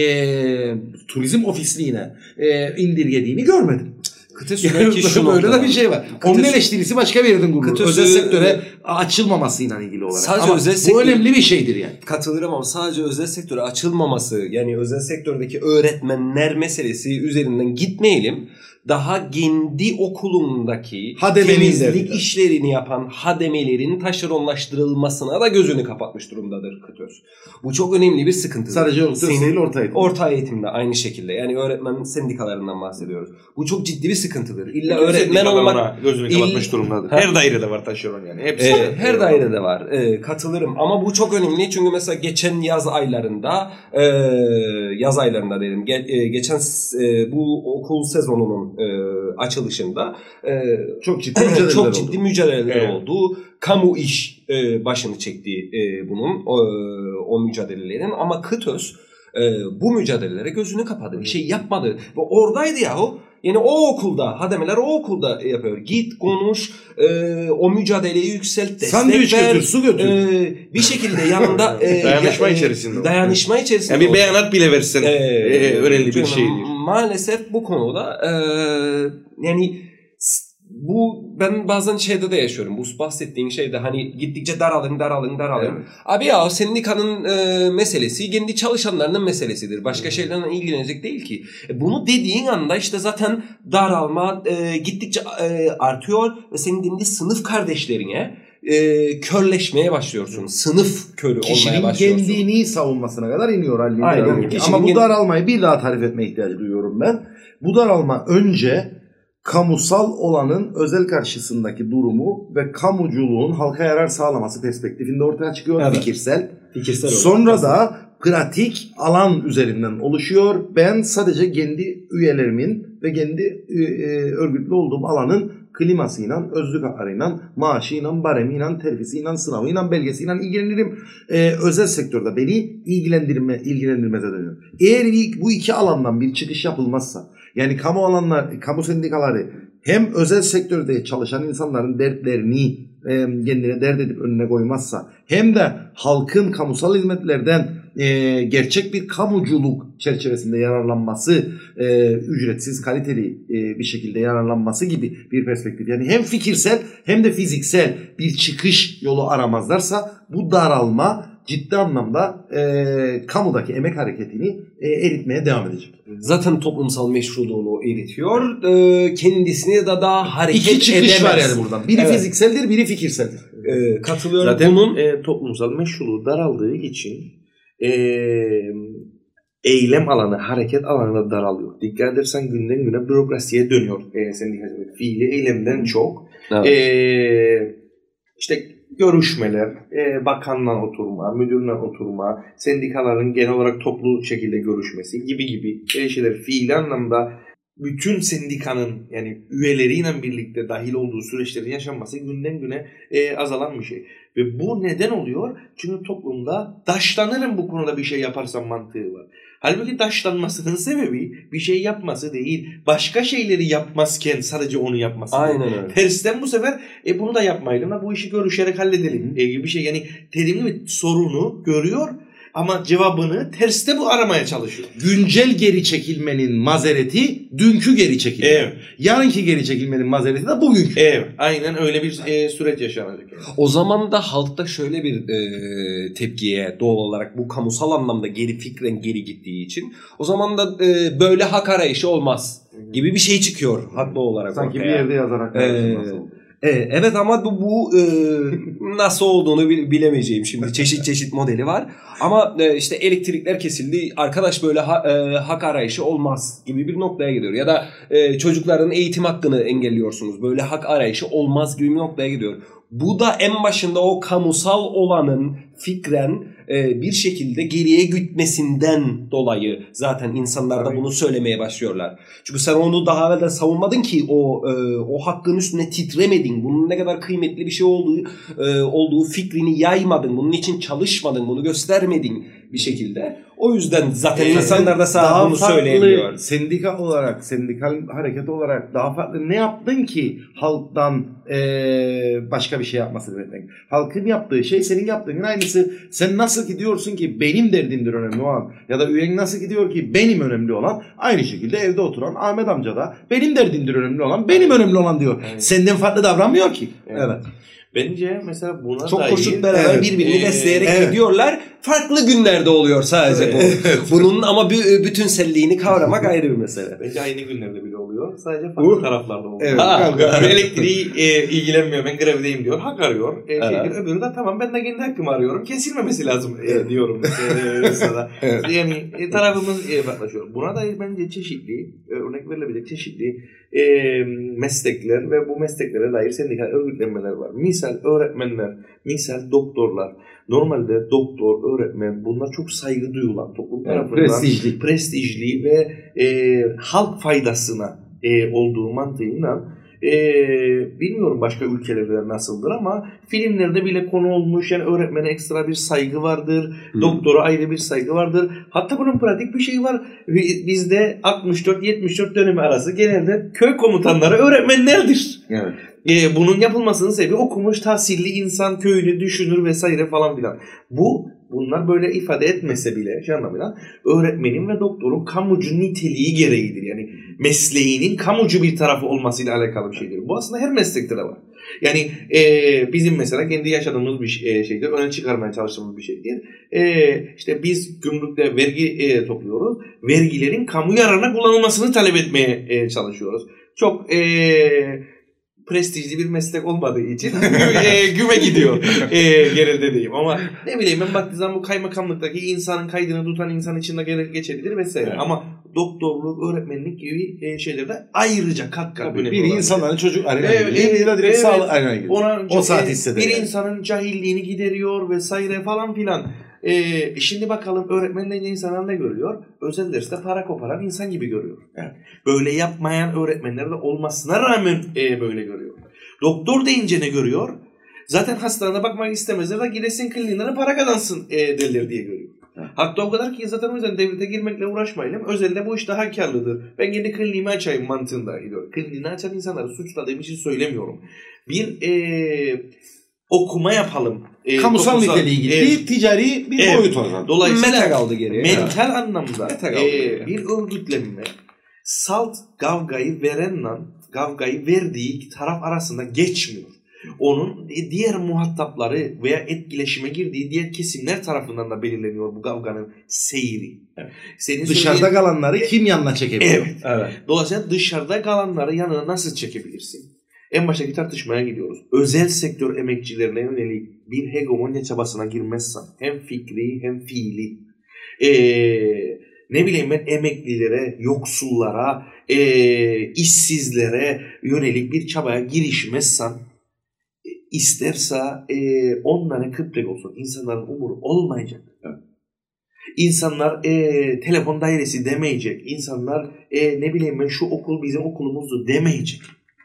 turizm ofisliğine indirgediğini görmedim. Yani böyle de bir şey var. Onun eleştirisi başka bir yerden kurulur. Özel sektöre açılmamasıyla ilgili olarak. Sadece ama özel bu önemli bir şeydir yani. Katılırım ama sadece özel sektöre açılmaması, yani özel sektördeki öğretmenler meselesi üzerinden gitmeyelim. Daha kendi okulundaki temizlik işlerini yapan hademelerin taşeronlaştırılmasına da gözünü kapatmış durumdadır KıTÖS. Bu çok önemli bir sıkıntı. Sadece değil, orta eğitim. Orta eğitimde aynı şekilde. Yani öğretmen sendikalarından bahsediyoruz. Bu çok ciddi bir sıkıntıdır. İlla bütün öğretmen olmak gözünü kapatmış durumdadır. Her dairede var taşeron yani. Hepsi. Her dairede var. Katılırım. Ama bu çok önemli çünkü mesela geçen yaz aylarında dedim. Geçen bu okul sezonunun açılışında çok ciddi mücadeleler oldu. Kamu iş başını çekti bunun o mücadelelerin, ama KıTÖS bu mücadelelere gözünü kapadı. Bir şey yapmadı. Ve oradaydı yahu. Yani o okulda, hademeler o okulda yapıyor. Git konuş, o mücadeleyi yükselt, destek sandviç ver. Götür, su götür. Bir şekilde yanında dayanışma içerisinde. Dayanışma içerisinde. Yani bir beyanat bile versen önemli bir şey değil. Maalesef bu konuda yani bu ben bazen şeyde de yaşıyorum. Bu bahsettiğin şeyde hani gittikçe daralın. Evet. Abi ya sendikanın meselesi kendi çalışanlarının meselesidir. Başka şeylerle ilgilenecek değil ki. Bunu dediğin anda işte zaten daralma gittikçe artıyor ve senin kendi sınıf kardeşlerine körleşmeye başlıyorsun. Sınıf körü olmaya başlıyorsun. Kişinin kendini savunmasına kadar iniyor halinde. Ama bu daralmayı bir daha tarif etme ihtiyacı duyuyorum ben. Bu daralma önce kamusal olanın özel karşısındaki durumu ve kamuculuğun halka yarar sağlaması perspektifinde ortaya çıkıyor. Evet. Fikirsel. Sonra da pratik alan üzerinden oluşuyor. Ben sadece kendi üyelerimin ve kendi örgütlü olduğum alanın klimasıyla, özlük haklarıyla, maaşıyla, baremiyle, terfisiyle, sınavıyla, belgesiyle ilgilenirim. Özel sektörde beni ilgilendirmeze dönüyor. Eğer bu iki alandan bir çıkış yapılmazsa, yani kamu sendikaları hem özel sektörde çalışan insanların dertlerini kendine dert edip önüne koymazsa, hem de halkın kamusal hizmetlerden gerçek bir kamuculuk çerçevesinde yararlanması, ücretsiz, kaliteli bir şekilde yararlanması gibi bir perspektif. Yani hem fikirsel hem de fiziksel bir çıkış yolu aramazlarsa bu daralma ciddi anlamda kamudaki emek hareketini eritmeye devam edecek. Zaten toplumsal meşruluğunu eritiyor. Kendisini de daha hareket edemez. İki çıkış var yani buradan. Biri fizikseldir, biri fikirseldir. Katılıyorum. Zaten bunun toplumsal meşruluğu daraldığı için eylem alanı, hareket alanı da daralıyor. Dikkat edersen günden güne bürokrasiye dönüyor sendikacılık. Fiili eylemden çok. Evet. İşte görüşmeler, bakanla oturma, müdürle oturma, sendikaların genel olarak toplu şekilde görüşmesi gibi şeyler fiili anlamda bütün sendikanın yani üyeleriyle birlikte dahil olduğu süreçlerin yaşanması günden güne azalan bir şey. Ve bu neden oluyor? Çünkü toplumda daşlanırım bu konuda bir şey yaparsam mantığı var. Halbuki daşlanmasının sebebi bir şey yapması değil, başka şeyleri yapmazken sadece onu yapması. Aynen öyle. Tersten bu sefer bunu da yapmayalım da bu işi görüşerek halledelim gibi bir şey. Yani terimli bir sorunu görüyor ama cevabını terste bu aramaya çalışıyor. Güncel geri çekilmenin mazereti dünkü geri çekilme. Evet. Yarınki geri çekilmenin mazereti de bugünkü. Evet. Aynen öyle bir süreç yaşanacak. Yani. O zaman da halkta şöyle bir tepkiye doğal olarak bu kamusal anlamda fikren geri gittiği için o zaman da böyle hak arayışı olmaz gibi bir şey çıkıyor haklı olarak. Sanki ortaya. bir yerde yazarak nasıl oldu? Evet ama bu nasıl olduğunu bilemeyeceğim şimdi. Çeşit modeli var. Ama işte elektrikler kesildi. Arkadaş böyle hak arayışı olmaz gibi bir noktaya gidiyor. Ya da çocukların eğitim hakkını engelliyorsunuz. Böyle hak arayışı olmaz gibi bir noktaya gidiyor. Bu da en başında o kamusal olanın fikren bir şekilde geriye gitmesinden dolayı zaten insanlar da bunu söylemeye başlıyorlar. Çünkü sen onu daha evvelden savunmadın ki o hakkın üstüne titremedin. Bunun ne kadar kıymetli bir şey olduğu fikrini yaymadın. Bunun için çalışmadın. Bunu göstermedin bir şekilde. O yüzden zaten insanlar da sana bunu söyleyemiyor. Sendikal hareket olarak daha farklı ne yaptın ki halktan başka bir şey yapmasını bekleyin. Halkın yaptığı şey senin yaptığının aynısı. Sen nasıl ki diyorsun ki benim derdimdir önemli olan ya da üyen nasıl ki diyor ki benim önemli olan, aynı şekilde evde oturan Ahmet amca da benim derdimdir önemli olan, benim önemli olan diyor. Evet. Senden farklı davranmıyor ki. Evet. Bence mesela buna çok dair koşup beraber birbirini besleyerek gidiyorlar. Farklı günlerde oluyor sadece bu. Bunun ama bütünselliğini kavramak ayrı bir mesele. Bence aynı günlerde bile oluyor. Sadece farklı taraflarda oluyor. Evet. Elektriği ilgilenmiyor. Ben grevdeyim diyor. Hak arıyor. Öbürü de tamam ben de kendi hakkımı arıyorum. Kesilmemesi lazım diyorum. Mesela. Evet. Yani tarafımız yaklaşıyor. Buna dair bence çeşitli, örnek verilebilecek çeşitli meslekler ve bu mesleklere dair sendikal örgütlenmeler var. Misal öğretmenler, misal doktorlar. Normalde doktor, öğretmen bunlar çok saygı duyulan toplum tarafından prestijli ve halk faydasına olduğu mantığından bilmiyorum başka ülkelerde nasıldır ama filmlerde bile konu olmuş. Yani öğretmene ekstra bir saygı vardır. Doktora ayrı bir saygı vardır. Hatta bunun pratik bir şey var. Bizde 64-74 dönemi arası genelde köy komutanları öğretmenlerdir. Evet. Bunun yapılmasının sebebi okumuş, tahsilli insan köyünü düşünür vesaire falan filan. Bunlar böyle ifade etmese bile şey anlamıyla öğretmenin ve doktorun kamucu niteliği gereğidir. Yani mesleğinin kamucu bir tarafı olmasıyla alakalı bir şeydir. Bu aslında her meslekte de var. Yani bizim mesela kendi yaşadığımız bir şeydir. Öne çıkarmaya çalıştığımız bir şeydir. İşte biz gümrükte vergi topluyoruz. Vergilerin kamu yararına kullanılmasını talep etmeye çalışıyoruz. Çok prestijli bir meslek olmadığı için güme gidiyor genelde diyeyim. Ama ne bileyim ben baktığı zaman bu kaymakamlıktaki insanın kaydını tutan insan için de geçebilir vesaire. Evet. Ama doktorluk, öğretmenlik gibi şeylerde ayrıca kat önemli. Bir insanların çocuk arayla direkt sağlık arayla gidiyor. O saat hisseder. Bir insanın cahilliğini gideriyor vesaire falan filan. Şimdi bakalım öğretmenler insanlar ne görüyor? Özel derste para koparan insan gibi görüyor. Evet. Böyle yapmayan öğretmenler de olmasına rağmen böyle görüyor. Doktor deyince ne görüyor? Zaten hastalarına bakmak istemezler de gidesin kliniğine para kazansın derler diye görüyor. Evet. Hatta o kadar ki zaten o yüzden devlete girmekle uğraşmayalım. Özelde bu iş daha karlıdır. Ben kendi kliniğimi açayım mantığında gidiyor. Kliniğini açan insanları suçladığım için söylemiyorum. Bir okuma yapalım. Kamusal niteliği gitti, ticari bir boyut var. Dolayısıyla meta kaldı geriye. Mental anlamda bir örgütlenme salt kavgayı verenle kavgayı verdiği taraf arasında geçmiyor. Onun diğer muhatapları veya etkileşime girdiği diğer kesimler tarafından da belirleniyor bu kavganın seyri. Evet. Dışarıda kalanları kim yanına çekebilir? Evet. Dolayısıyla dışarıda kalanları yanına nasıl çekebilirsin? En baştaki tartışmaya gidiyoruz. Özel sektör emekçilerine yönelik bir hegemonya çabasına girmezsen hem fikri hem fiili ne bileyim ben emeklilere, yoksullara, işsizlere yönelik bir çabaya girişmezsen isterse onların kıplek olsun. İnsanların umuru olmayacak. Evet. İnsanlar telefon dairesi demeyecek. İnsanlar ne bileyim ben şu okul bizim okulumuzdu demeyecek.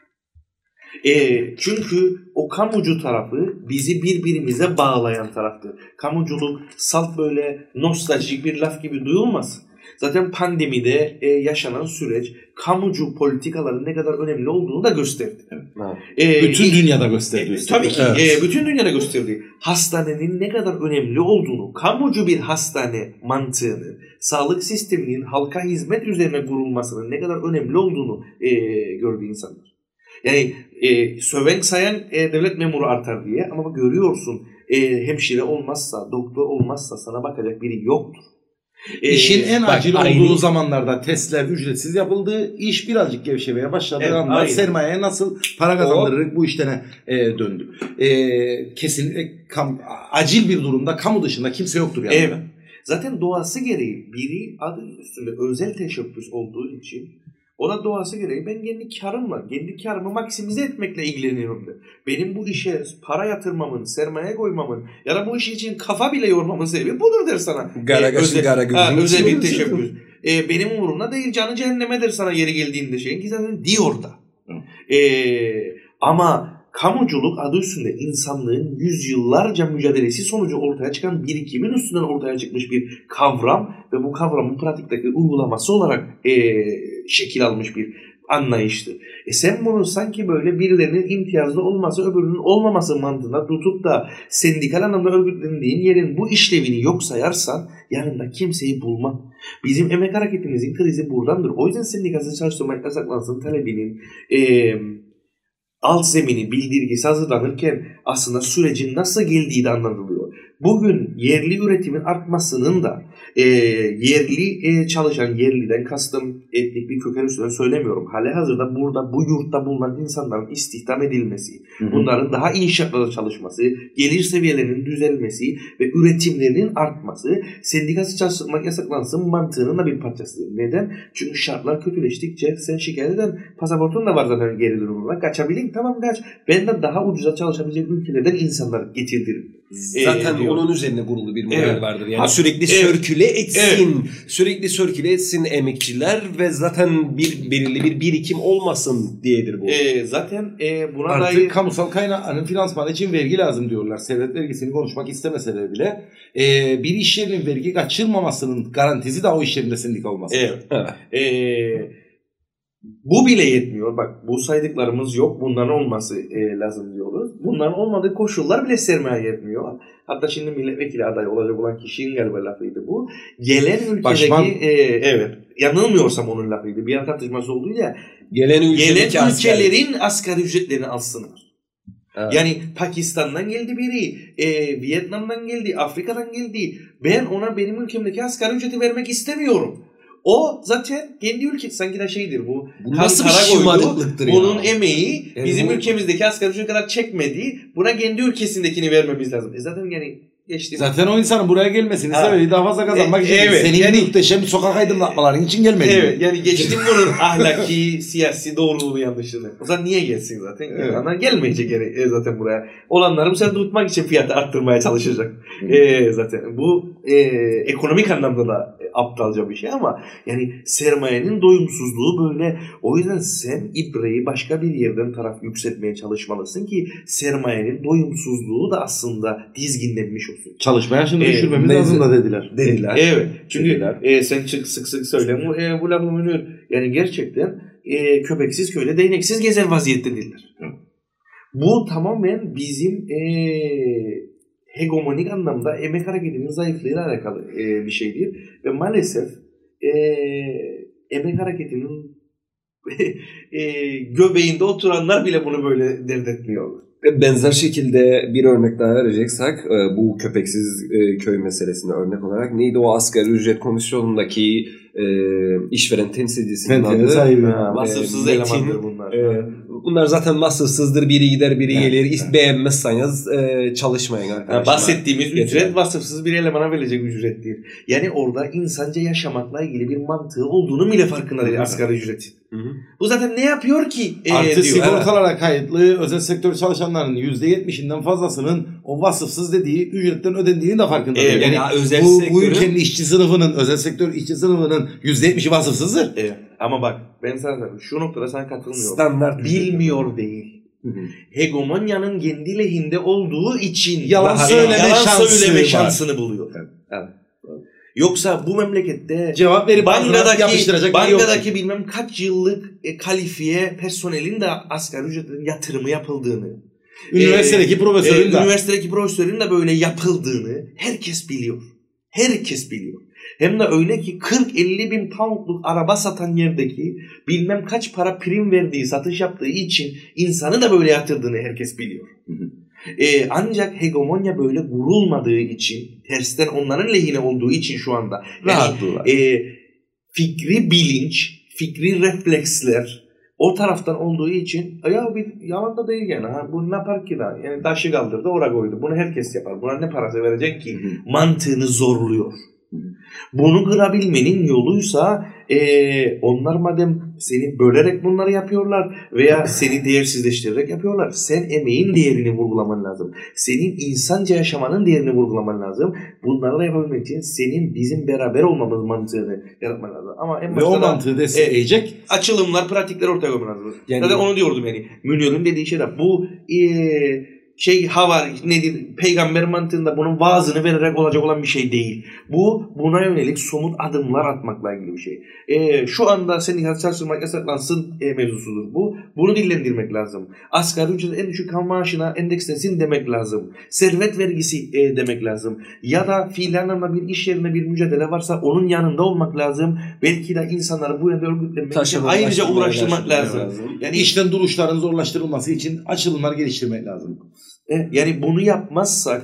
Çünkü o kamucu tarafı bizi birbirimize bağlayan taraftır. Kamuculuk salt böyle nostaljik bir laf gibi duyulmaz. Zaten pandemide yaşanan süreç kamucu politikaların ne kadar önemli olduğunu da gösterdi. Bütün dünyada gösterdi. Tabii ki bütün dünyada gösterdi. Hastanenin ne kadar önemli olduğunu, kamucu bir hastane mantığını, sağlık sisteminin halka hizmet üzerine kurulmasının ne kadar önemli olduğunu gördü insanlar. Yani söven sayan devlet memuru artar diye, ama görüyorsun hemşire olmazsa, doktor olmazsa sana bakacak biri yoktur. İşin en acil olduğu zamanlarda testler ücretsiz yapıldı. İş birazcık gevşemeye başladığı anda sermayeye nasıl para kazandırırız bu işten döndü. Kesinlikle acil bir durumda kamu dışında kimse yoktur yani. Evet. Zaten doğası gereği biri adı üstünde özel teşebbüs olduğu için ona doğası gereği ben kendi karımı maksimize etmekle ilgileniyorum de. Benim bu işe para yatırmamın, sermaye koymamın ya da bu iş için kafa bile yormamın sebebi budur der sana. Özel bir teşebbüs. Benim umurumda değil, canı cehenneme der sana yeri geldiğinde şeyin ki zaten diyor da. Ama kamuculuk adı üstünde insanlığın yüzyıllarca mücadelesi sonucu ortaya çıkan birikimin üstünden ortaya çıkmış bir kavram ve bu kavramın pratikteki uygulaması olarak şekil almış bir anlayıştır. Sen bunu sanki böyle birilerinin imtiyazlı olması öbürünün olmaması mantığında tutup da sendikal anlamda örgütlendiğin yerin bu işlevini yok sayarsan yanında kimseyi bulmam. Bizim emek hareketimizin krizi buradandır. O yüzden sendikasız çalıştırmak yasaklansın talebinin alt zemini, bildirgesi hazırlanırken aslında sürecin nasıl geldiği de anlatılıyor. Bugün yerli üretimin artmasının da yerli çalışan, yerliden kastım etnik bir köken üstüne söylemiyorum. Halihazırda burada bu yurtta bulunan insanların istihdam edilmesi, bunların daha iyi şartlarda çalışması, gelir seviyelerinin düzelmesi ve üretimlerinin artması sendikası çalıştırmak yasaklansın mantığının da bir parçasıdır. Neden? Çünkü şartlar kötüleştikçe sen şikayet eden pasaportun da var zaten geri durumunda. Kaçabilin, tamam kaç. Ben de daha ucuza çalışabilecek ülkelerden insanlar getirdirim. Zaten onun üzerine kurulu bir model vardır. Yani sürekli sörküle etsin. Sürekli sörküle etsin emekçiler ve zaten belirli bir birikim olmasın diyedir bu. Zaten buna artık dair kamusal kaynakların finansmanı için vergi lazım diyorlar. Devlet vergisini konuşmak istemeseler bile bir iş yerinin vergi kaçırmamasının garantisi de o iş yerinde sendika olması. Bu bile yetmiyor. Bak bu saydıklarımız yok. Bunların olması lazım diyoruz. Bunların olmadığı koşullar bile sermaye yetmiyor. Hatta şimdi milletvekili adayı olacak olan kişinin galiba lafıydı bu. Gelen ülkedeki evet yanılmıyorsam onun lafıydı. Bir tartışması oldu ya. Gelen ülkelerin asgari ücretlerini alsınlar. Evet. Yani Pakistan'dan geldi biri, Vietnam'dan geldi, Afrika'dan geldi. Ben ona benim ülkemdeki asgari ücreti vermek istemiyorum. O zaten kendi ülkesi sanki de şeydir bu. Nasıl bir şımarıklıktır ya. Bunun emeği bizim ülkemizdeki asgari ücret kadar çekmedi. Buna kendi ülkesindekini vermemiz lazım. Zaten yani zaten o insanın buraya gelmesini sebebi daha fazla kazanmak için. Senin yani, muhteşem sokak aydınlatmaların için gelmedi. Evet yani geçtim bunun ahlaki, siyasi doğruluğunu yanlışını. O zaman niye gelsin zaten? Evet. Gelmeyecek zaten buraya. Olanları bu sefer tutmak için fiyatı arttırmaya çalışacak. Zaten bu ekonomik anlamda da aptalca bir şey ama yani sermayenin doyumsuzluğu böyle. O yüzden sen ibreyi başka bir yerden taraf yükseltmeye çalışmalısın ki sermayenin doyumsuzluğu da aslında dizginlenmiş olsun. Çalışma yaşını düşürmemiz lazım da dediler. Evet. Çünkü sen sık sık söyle bu lafı Münir. Yani gerçekten köpeksiz köyde değneksiz gezer vaziyettedirler. Bu tamamen bizim hegemonik anlamda emek hareketinin zayıflığıyla alakalı bir şeydir. Ve maalesef emek hareketinin göbeğinde oturanlar bile bunu böyle dert etmiyorlar. Benzer şekilde bir örnek daha vereceksek bu köpeksiz köy meselesine örnek olarak neydi o asgari ücret komisyonundaki işveren temsilcisinin adı? Vasıfsız elemandır bunlar. Bunlar zaten vasıfsızdır. Biri gider biri gelir. Beğenmezseniz çalışmayın arkadaşlar. Bahsettiğimiz ücret vasıfsız bir elemana verilecek ücrettir. Yani orada insanca yaşamakla ilgili bir mantığı olduğunu bile farkında değil asgari ücretin. Bu zaten ne yapıyor ki? Artı sigortalara kayıtlı özel sektör çalışanlarının %70'inden fazlasının o vasıfsız dediği ücretten ödendiğini de farkında değil. Yani bu ülkenin işçi sınıfının, özel sektör işçi sınıfının %70'i vasıfsızdır. Ama bak ben sana şu noktada sana katılmıyorum. Standart bilmiyor değil. Hegemonyanın kendi lehinde olduğu için yalan söyleme şansını buluyor. Evet. Yoksa bu memlekette cevap verip bankadaki bilmem kaç yıllık kalifiye personelin de asgari ücretin yatırımı yapıldığını, üniversitedeki profesörün de böyle yapıldığını herkes biliyor. Herkes biliyor. Hem de öyle ki 40-50 bin poundluk araba satan yerdeki bilmem kaç para prim verdiği, satış yaptığı için insanı da böyle yatırdığını herkes biliyor. Ancak hegemonya böyle vurulmadığı için, tersten onların lehine olduğu için şu anda fikri bilinç, fikri refleksler o taraftan olduğu için ya bir yalan da değil yani. Bu ne yapar ki da? Yani taşı kaldırdı oraya koydu. Bunu herkes yapar. Buna ne parası verecek ki? Mantığını zorluyor. Bunu kırabilmenin yoluysa onlar madem seni bölerek bunları yapıyorlar veya seni değersizleştirerek yapıyorlar. Sen emeğin değerini vurgulaman lazım. Senin insanca yaşamanın değerini vurgulaman lazım. Bunları da yapabilmek için senin bizim beraber olmamız mantığını yaratman lazım. Ama en başta ve o mantığı destekleyecek açılımlar, pratikler ortaya koyman lazım. Yani, zaten onu diyordum yani. Münir'in dediği şey de bu peygamber mantığında bunun vaazını vererek olacak olan bir şey değil. Buna yönelik somut adımlar atmakla ilgili bir şey. Şu anda sendikal çalıştırmak yasaklansın mevzusudur bu. Bunu dillendirmek lazım. Asgari ücret en düşük kamu maaşına endekslensin demek lazım. Servet vergisi demek lazım. Ya da fiili anlamda bir iş yerinde bir mücadele varsa onun yanında olmak lazım. Belki de insanları bu yönde örgütlemek için ayrıca uğraştırmak lazım. Yani işten duruşların zorlaştırılması için açılımlar geliştirmek lazım. Yani bunu yapmazsak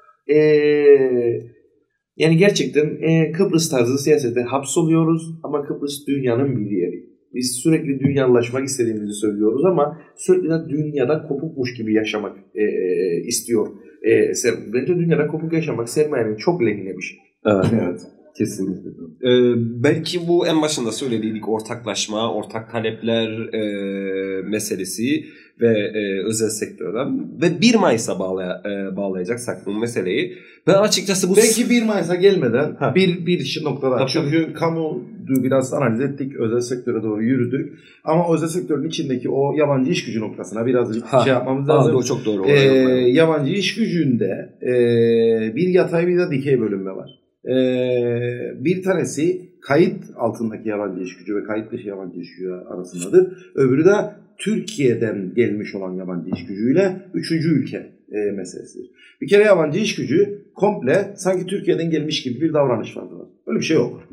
yani gerçekten Kıbrıs tarzı siyasete hapsoluyoruz ama Kıbrıs dünyanın bir yeri. Biz sürekli dünyalaşmak istediğimizi söylüyoruz ama sürekli de dünyada kopukmuş gibi yaşamak istiyor. Bence dünyada kopuk yaşamak sermayenin çok lehine bir şey. Evet. Kesinlikle. Belki bu en başında söylediğik ortaklaşma, ortak talepler meselesi ve özel sektörden ve 1 Mayıs'a bağlayacaksak bu meseleyi, ben açıkçası bu... Belki 1 Mayıs'a gelmeden bir noktada. Çünkü kamu biraz analiz ettik, özel sektöre doğru yürüdük. Ama özel sektörün içindeki o yabancı iş gücü noktasına birazcık yapmamız lazım. O çok doğru. Yabancı iş gücünde bir yatay bir de dikey bölünme var. Bir tanesi kayıt altındaki yabancı iş gücü ve kayıt dışı yabancı iş gücü arasındadır. Öbürü de Türkiye'den gelmiş olan yabancı iş gücüyle 3. ülke meselesidir. Bir kere yabancı iş gücü komple sanki Türkiye'den gelmiş gibi bir davranış vardır. Öyle bir şey yok.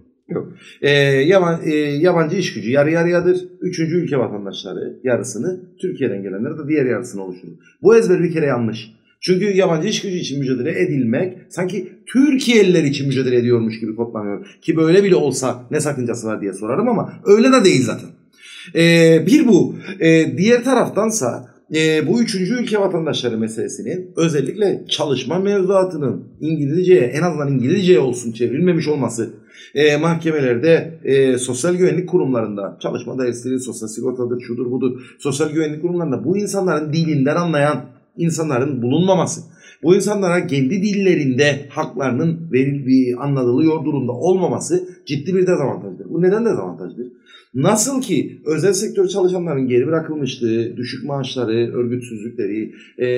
Yabancı iş gücü yarı yarıyadır. 3. ülke vatandaşları yarısını, Türkiye'den gelenler de diğer yarısını oluşturur. Bu ezber bir kere yanlış. Çünkü yabancı iş gücü için mücadele edilmek sanki Türkiye'liler için mücadele ediyormuş gibi kodlanıyor. Ki böyle bile olsa ne sakıncası var diye sorarım ama öyle de değil zaten. Bir bu. Diğer taraftansa bu 3. ülke vatandaşları meselesinin özellikle çalışma mevzuatının İngilizceye, en azından İngilizceye olsun çevrilmemiş olması, mahkemelerde, sosyal güvenlik kurumlarında, çalışma dersleri, sosyal sigortadır, şudur budur, sosyal güvenlik kurumlarında bu insanların dilinden anlayan insanların bulunmaması, bu insanlara kendi dillerinde haklarının verildiği, anlatılıyor durumda olmaması ciddi bir dezavantajdır. Bu neden dezavantajdır? Nasıl ki özel sektör çalışanların geri bırakılmışlığı, düşük maaşları, örgütsüzlükleri,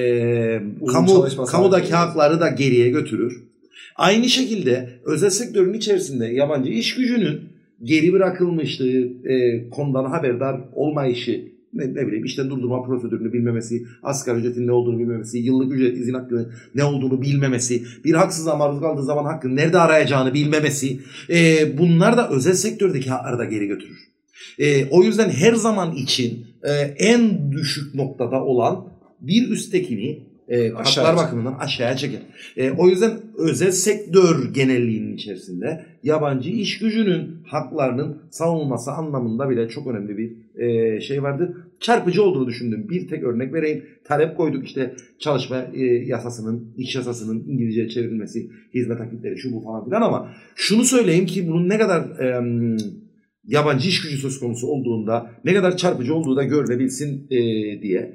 kamudaki hakları da geriye götürür. Aynı şekilde özel sektörün içerisinde yabancı iş gücünün geri bırakılmışlığı, konudan haberdar olmayışı, ne bileyim işten durdurma prosedürünü bilmemesi, asgari ücretin ne olduğunu bilmemesi, yıllık ücret izin hakkının ne olduğunu bilmemesi, bir haksızlığa maruz kaldığı zaman hakkını nerede arayacağını bilmemesi, bunlar da özel sektördeki hakları da geri götürür. O yüzden her zaman için en düşük noktada olan bir üsttekini haklar bakımından aşağıya çeker. O yüzden özel sektör genelliğinin içerisinde yabancı iş gücünün haklarının savunulması anlamında bile çok önemli bir şey vardır. Çarpıcı olduğunu düşündüm. Bir tek örnek vereyim. Talep koyduk işte çalışma yasasının, iş yasasının İngilizceye çevrilmesi, hizmet akitleri şu bu falan filan ama şunu söyleyeyim ki bunun ne kadar yabancı iş gücü söz konusu olduğunda ne kadar çarpıcı olduğu da görülebilsin diye.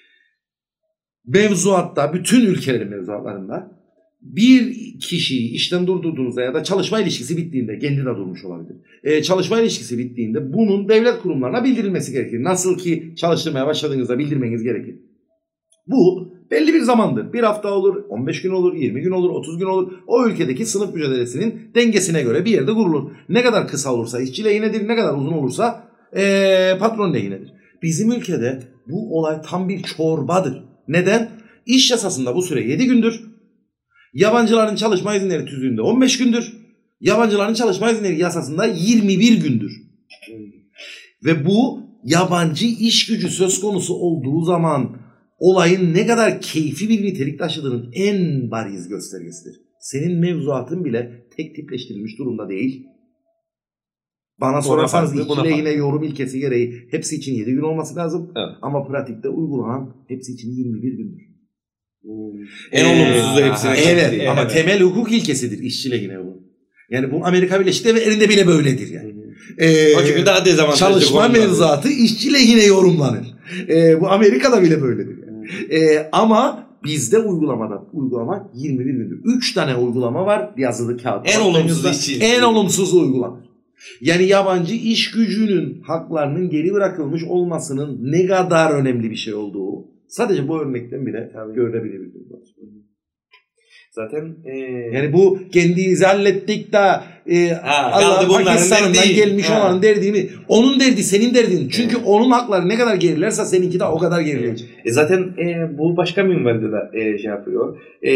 Mevzuatta, bütün ülkelerin mevzuatlarında bir kişiyi işten durdurduğunuzda ya da çalışma ilişkisi bittiğinde, kendi de durmuş olabilir. Çalışma ilişkisi bittiğinde bunun devlet kurumlarına bildirilmesi gerekir. Nasıl ki çalıştırmaya başladığınızda bildirmeniz gerekir. Bu belli bir zamandır. Bir hafta olur, 15 gün olur, 20 gün olur, 30 gün olur. O ülkedeki sınıf mücadelesinin dengesine göre bir yerde kurulur. Ne kadar kısa olursa işçi lehinedir, ne kadar uzun olursa patron lehinedir. Bizim ülkede bu olay tam bir çorbadır. Neden? İş yasasında bu süre 7 gündür. Yabancıların çalışma izinleri tüzüğünde 15 gündür. Yabancıların çalışma izinleri yasasında 21 gündür. Ve bu yabancı iş gücü söz konusu olduğu zaman olayın ne kadar keyfi bir nitelik taşıdığının en bariz göstergesidir. Senin mevzuatın bile tek tipleştirilmiş durumda değil. Bana sorarsanız iki lehine yorum ilkesi gereği hepsi için 7 gün olması lazım. Evet. Ama pratikte uygulanan hepsi için 21 gündür. En olumsuzu da hepsine. Evet ama temel hukuk ilkesidir işçi lehine bu. Yani bu Amerika Birleşik Devletleri'nde bile böyledir yani. Çünkü daha dezavantajlı çalışma mevzuatı işçi lehine yorumlanır. Bu Amerika'da bile böyledir yani. Ama bizde uygulama 21 gündür. 3 tane uygulama var yazılı kağıt. En olumsuz uygulama. Yani yabancı iş gücünün haklarının geri bırakılmış olmasının ne kadar önemli bir şey olduğu sadece bu örnekten bile görülebilir bir durum. Zaten yani bu kendinizi hallettik de Allah Pakistan'dan gelmiş olanın derdi mi? Onun derdi senin derdin. Çünkü onun hakları ne kadar gerilerse seninki de o kadar gerileyecek. Zaten bu başka minvalde de şey yapıyor.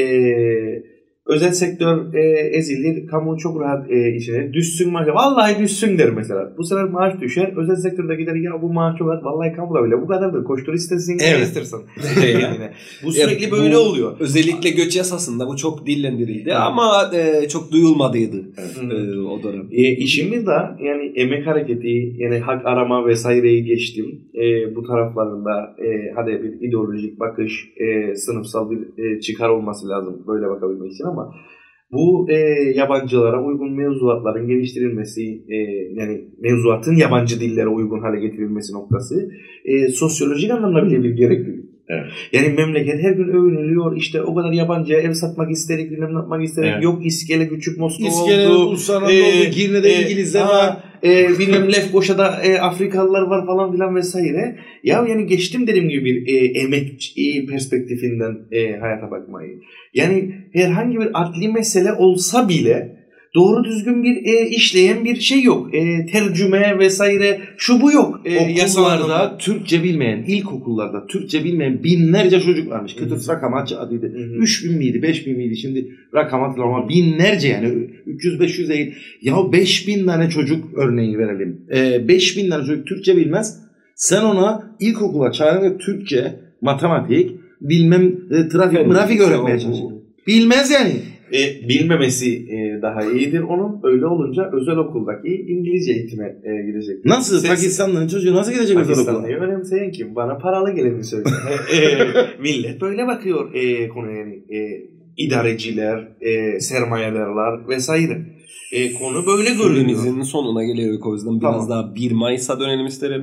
Özel sektör ezilir, kamu çok rahat işler. Düşsün maaş. Vallahi düşsün der mesela. Bu sefer maaş düşer. Özel sektörde gider ya bu maaş çok rahat. Vallahi kamuda bile bu kadardır. Koştur istersin, istersen. Yani. Bu sürekli böyle oluyor. Özellikle göç yasasında bu çok dillendirildi ama çok duyulmadıydı o dönem. İşimiz de yani emek hareketi, yani hak arama vesaireyi geçtim. Bu taraflarında hadi bir ideolojik bakış, sınıfsal bir çıkar olması lazım böyle bakabilmek için ama bu yabancılara uygun mevzuatların geliştirilmesi, yani mevzuatın yabancı dillere uygun hale getirilmesi noktası sosyolojik anlamda bile bir gereklilik. Evet. Yani memleket her gün övünülüyor. İşte o kadar yabancıya ev satmak istedik, bilmem ne yapmak istedik. Evet. Yok İskele küçük Moskova İskele, oldu. Uluslararası oldu. Girne'de İngilizler var. Bilmem Lefkoşa'da Afrikalılar var falan filan vesaire. Ya yani geçtim dediğim gibi bir emek perspektifinden hayata bakmayı. Yani herhangi bir adli mesele olsa bile doğru düzgün bir işleyen bir şey yok. Tercüme vesaire şu bu yok. Okullarda Türkçe bilmeyen, ilkokullarda Türkçe bilmeyen binlerce çocuk varmış. Kıtırs rakam adıydı. 3000 miydi, 5000 miydi şimdi rakam hatırlamam ama binlerce yani 300-500 değil. Ya 5000 tane çocuk örneği verelim. 5000 tane çocuk Türkçe bilmez. Sen ona ilkokula çağırınca Türkçe, matematik, bilmem trafik öğretmeye çalışıyorsun. Bilmez yani. Bilmemesi daha iyidir onun. Öyle olunca özel okuldaki İngilizce eğitime gidecek. Nasıl? Pakistanlı'nın çocuğu nasıl gidecek özel okula? Pakistanlı'yı önemseyen kim? Bana paralı geleni söylüyor. Millet böyle bakıyor konuya yani. İdareciler, sermayelerler vesaire. Konu böyle görünüyor. Süremizin sonuna geliyor o yüzden biraz daha 1 Mayıs'a dönelim isterim.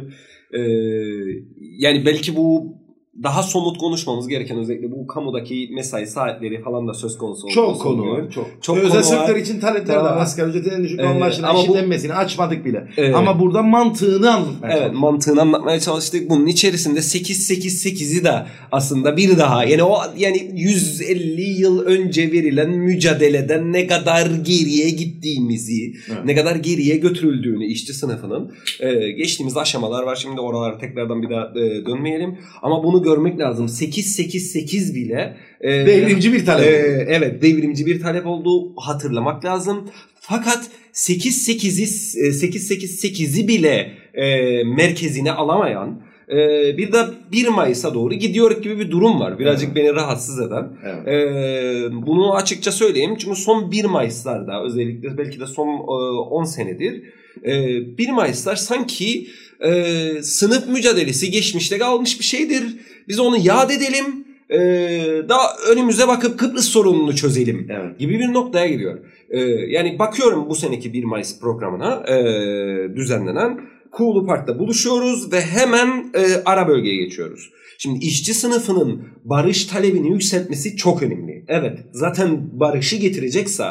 Yani belki bu daha somut konuşmamız gereken özellikle bu kamudaki mesai saatleri falan da söz konusu. Çok konu var. Çok özel sektör için talepler de asgari ücretin en düşük maaşına eşitlenmesini açmadık bile. Ama burada mantığını anlatmaya çalıştık. Mantığını anlatmaya çalıştık. Bunun içerisinde 8-8-8'i de aslında bir daha yani 150 yıl önce verilen mücadeleden ne kadar geriye gittiğimizi, ne kadar geriye götürüldüğünü işçi sınıfının geçtiğimiz aşamalar var. Şimdi oralara tekrardan bir daha dönmeyelim. Ama bunu görmek lazım. 8-8-8 bile devrimci bir talep. Evet, devrimci bir talep olduğu hatırlamak lazım. Fakat 8-8-8'i bile merkezine alamayan bir de 1 Mayıs'a doğru gidiyor gibi bir durum var. Birazcık beni rahatsız eden. Evet. Bunu açıkça söyleyeyim. Çünkü son 1 Mayıs'larda özellikle belki de son 10 senedir 1 Mayıs'lar sanki sınıf mücadelesi geçmişte kalmış bir şeydir. Biz onu yad edelim. Daha önümüze bakıp Kıbrıs sorununu çözelim gibi bir noktaya geliyor. Yani bakıyorum bu seneki 1 Mayıs programına düzenlenen Kuğulu Park'ta buluşuyoruz ve hemen ara bölgeye geçiyoruz. Şimdi işçi sınıfının barış talebini yükseltmesi çok önemli. evet zaten barışı getirecekse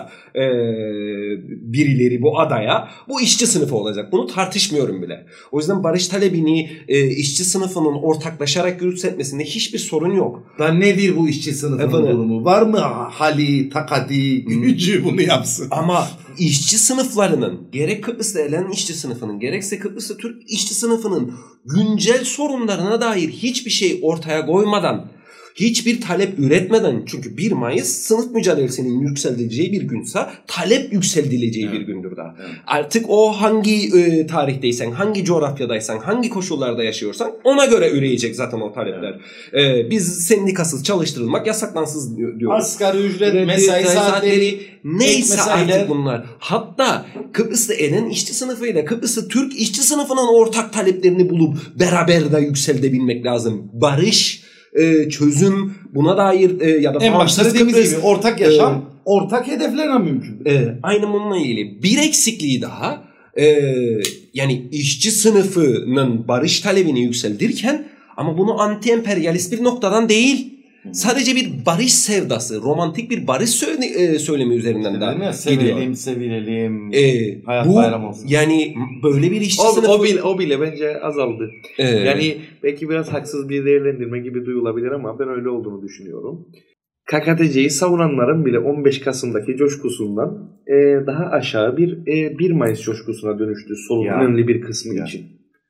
birileri bu adaya, bu işçi sınıfı olacak. Bunu tartışmıyorum bile. O yüzden barış talebini işçi sınıfının ortaklaşarak yürütmesinde hiçbir sorun yok. Da nedir bu işçi sınıfının durumu? Var mı hali, takati, gücü bunu yapsın? Ama işçi sınıflarının, gerek Kıbrıs'ta Elen işçi sınıfının, gerekse Kıbrıs'ta Türk işçi sınıfının güncel sorunlarına dair hiçbir şey ortaya koymadan, hiçbir talep üretmeden, çünkü 1 Mayıs sınıf mücadelesinin yükseltileceği bir günse talep yükseltileceği bir gündür daha. Evet. Artık o hangi tarihteysen, hangi coğrafyadaysan, hangi koşullarda yaşıyorsan ona göre üreyecek zaten o talepler. Evet. Biz sendikasız çalıştırılmak yasaklansız diyoruz. Asgari ücret, mesai saatleri, neyse artık bunlar. Hatta Kıbrıs'ta Elen işçi sınıfıyla Kıbrıs'ta Türk işçi sınıfının ortak taleplerini bulup beraber de yükseltebilmek lazım. Barış, çözüm, buna dair ya da en başta dediğimiz gibi ortak yaşam, ortak hedeflerle mümkün. Aynen bununla ilgili. Bir eksikliği daha, yani işçi sınıfının barış talebini yükseltirken ama bunu anti-emperyalist bir noktadan değil, sadece bir barış sevdası, romantik bir barış söylemi üzerinden de gidiyor. Sevilelim, hayat bayram olsun. Yani böyle bir işçi sınıfı... O bile bence azaldı. Yani belki biraz haksız bir değerlendirme gibi duyulabilir ama ben öyle olduğunu düşünüyorum. KKTC'yi savunanların bile 15 Kasım'daki coşkusundan daha aşağı bir 1 Mayıs coşkusuna dönüştü solun önemli bir kısmı için.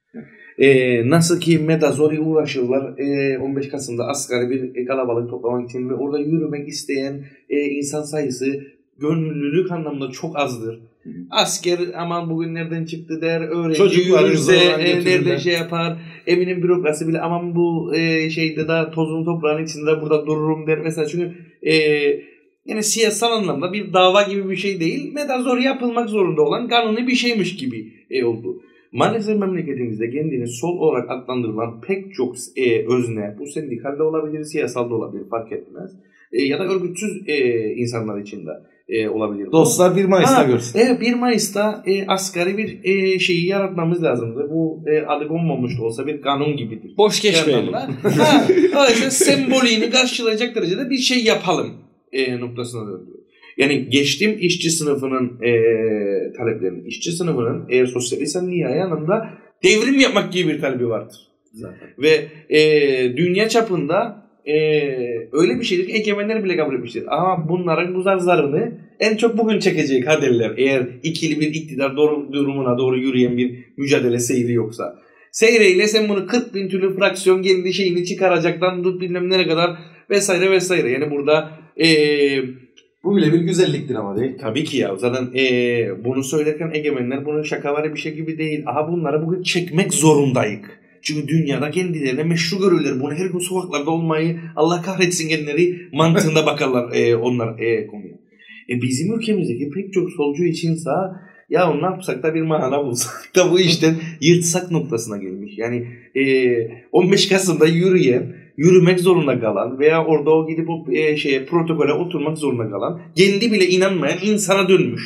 Nasıl ki Medazori uğraşırlar 15 Kasım'da asgari bir kalabalık toplamak için ve orada yürümek isteyen insan sayısı gönüllülük anlamında çok azdır. Asker aman bugün nereden çıktı der, öğrenci yürürse nereden şey yapar, eminim bürokrasi bile aman bu şeyde daha tozun toprağın içinde burada dururum der mesela. Çünkü yani siyasal anlamda bir dava gibi bir şey değil, Medazori yapılmak zorunda olan kanuni bir şeymiş gibi oldu. Maalesef memleketimizde kendini sol olarak adlandırılan pek çok özne, bu sendikal de olabilir, siyasal da olabilir, fark etmez. Ya da örgütsüz insanlar için de olabilir. Dostlar 1 Mayıs'ta görsün. 1 Mayıs'ta asgari bir şeyi yaratmamız lazımdır. Bu adı konmamış da olsa bir kanun gibidir. Boş geçmeyelim. Öyleyse sembolini karşılayacak derecede bir şey yapalım noktasına döndü. Yani geçtim işçi sınıfının taleplerini. İşçi sınıfının sosyalist nihai yanında devrim yapmak gibi bir talebi vardır. Zaten. Ve dünya çapında öyle bir şeydir ki egemenler bile kabul etmiştir. Ama bunların bu zararını en çok bugün çekeceği kaderler. Eğer ikili bir iktidar durumuna doğru yürüyen bir mücadele seyri yoksa. Seyreyle sen bunu 40 bin türlü fraksiyon kendi şeyini çıkaracaktan tut bilmem nereye kadar vesaire vesaire. Yani burada bu bile bir güzelliktir ama değil. Tabii ki ya. Zaten bunu söylerken egemenler bunun şakavari bir şey gibi değil. Aha bunları bugün çekmek zorundayık. Çünkü dünyada kendilerine meşru görürler. Bunu her gün sokaklarda olmayı Allah kahretsin kendileri mantığında bakarlar onlar konuya. Bizim ülkemizdeki pek çok solcu içinse ya ne yapsak da bir mahana bulsak da bu işten yırtsak noktasına gelmiş. Yani 15 Kasım'da yürümek zorunda kalan veya orada o gidip o protokole oturmak zorunda kalan, kendi bile inanmayan insana dönmüş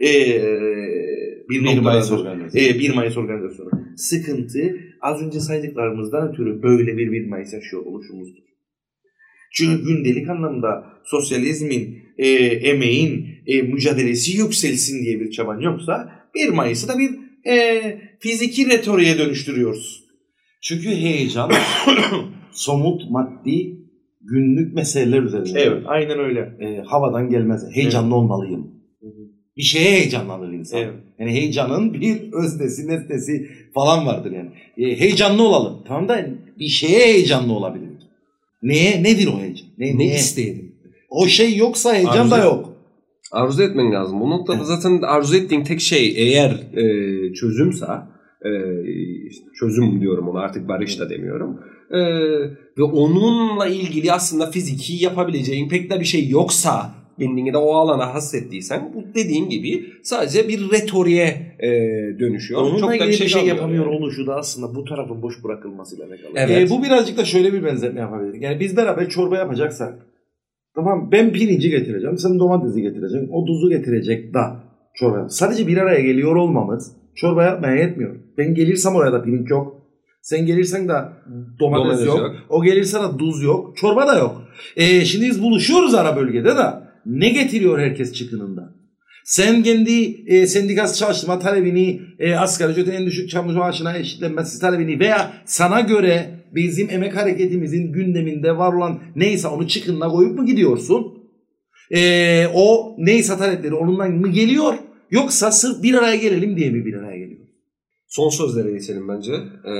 bir 1 Mayıs organizasyonu. Sıkıntı az önce saydıklarımızdan ötürü böyle bir 1 Mayıs yaşıyor oluşumuzdur. Çünkü gündelik anlamda sosyalizmin, emeğin mücadelesi yükselsin diye bir çaban yoksa 1 Mayıs'ı da bir fiziki retoriğe dönüştürüyoruz. Çünkü heyecan somut, maddi, günlük meseleler üzerinde. Evet, aynen öyle. Havadan gelmez. Heyecanlı olmalıyım. Bir şeye heyecanlanır insan. Evet. Yani heyecanın bir öznesi, nesnesi falan vardır yani. Heyecanlı olalım. Tamam da bir şeye heyecanlı olabilir. Neye? Nedir o heyecan? Ne isteyelim? O şey yoksa heyecan da yok. Arzu etmen lazım. Bu noktada zaten arzu ettiğin tek şey eğer çözümse, işte çözüm diyorum ona, artık barış da demiyorum. Ve onunla ilgili aslında fiziki yapabileceğin pek de bir şey yoksa, kendini de o alana hassettiysen, bu dediğin gibi sadece bir retoriğe dönüşüyor. Onunla çok ilgili bir şey yapamıyor yani. Oluşu da aslında bu tarafın boş bırakılmasıyla alakalı. Evet. Bu birazcık da şöyle bir benzetme yapabiliriz. Yani biz beraber çorba yapacaksak, tamam, ben pirinci getireceğim, sen domatesi getireceksin, o tuzu getirecek da çorba yap. Sadece bir araya geliyor olmamız çorba yapmaya yetmiyor. Ben gelirsem oraya da pirinç yok. Sen gelirsen de domates yok. O gelirse de tuz yok. Çorba da yok. Şimdi biz buluşuyoruz ara bölgede de ne getiriyor herkes çıkınında? Sen kendi sendikası çalıştırma talebini, asgari ücretin en düşük çalışma maaşına eşitlenmesi talebini veya sana göre bizim emek hareketimizin gündeminde var olan neyse onu çıkınına koyup mu gidiyorsun? O neyse talepleri onundan mı geliyor? Yoksa sırf bir araya gelelim diye mi bir araya geliyor? Son sözlere geçelim bence.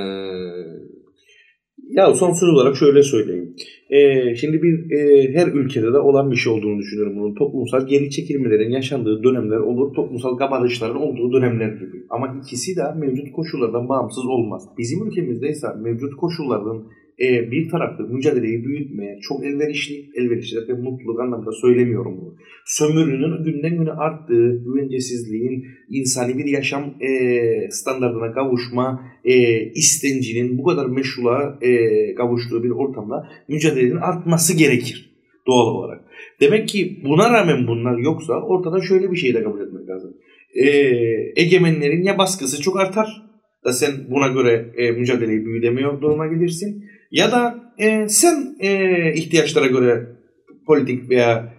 Ya son söz olarak şöyle söyleyeyim. Şimdi her ülkede de olan bir şey olduğunu düşünüyorum bunun. Toplumsal geri çekilmelerin yaşandığı dönemler olur. Toplumsal kabarışların olduğu dönemler gibi. Ama ikisi de mevcut koşullardan bağımsız olmaz. Bizim ülkemizde ise mevcut koşulların bir taraflı mücadeleyi büyütmeye çok elverişli derken mutluluk anlamda söylemiyorum bunu. Sömürünün günden güne arttığı, güvencesizliğin, insani bir yaşam standardına kavuşma istencinin bu kadar meşruluğa kavuştuğu bir ortamda mücadelenin artması gerekir doğal olarak. Demek ki buna rağmen bunlar yoksa ortada şöyle bir şey de kabul etmek lazım. Egemenlerin ya baskısı çok artar da sen buna göre mücadeleyi büyütemiyor duruma gelirsin. Ya da sen ihtiyaçlara göre politik veya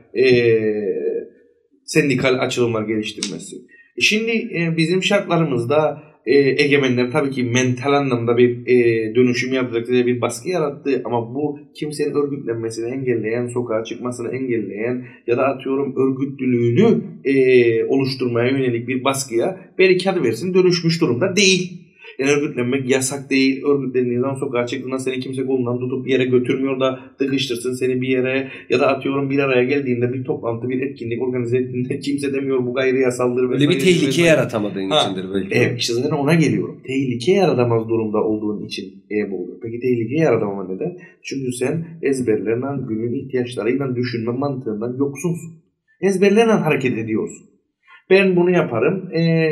sendikal açılımlar geliştirmezsin. Şimdi bizim şartlarımızda egemenler tabii ki mental anlamda bir dönüşüm yapacak diye bir baskı yarattı. Ama bu kimsenin örgütlenmesini engelleyen, sokağa çıkmasını engelleyen ya da atıyorum örgütlülüğünü oluşturmaya yönelik bir baskıya barikat versin dönüşmüş durumda değil. Yani örgütlenmek yasak değil. Örgütlendiğin zaman sokağa çıktığında seni kimse kolundan tutup bir yere götürmüyor da tıkıştırsın seni bir yere ya da atıyorum bir araya geldiğinde bir toplantı, bir etkinlik organize ettiğinde kimse demiyor bu gayri yasaldır. Öyle bir tehlike yaratamadığın içindir belki. Evet, işte zaten ona geliyorum. Tehlike yaratamaz durumda olduğun için bu olur. Peki tehlike yaratamama neden? Çünkü sen ezberlenen günün ihtiyaçlarıyla düşünme mantığından yoksunsun. Ezberlenen hareket ediyorsun. Ben bunu yaparım.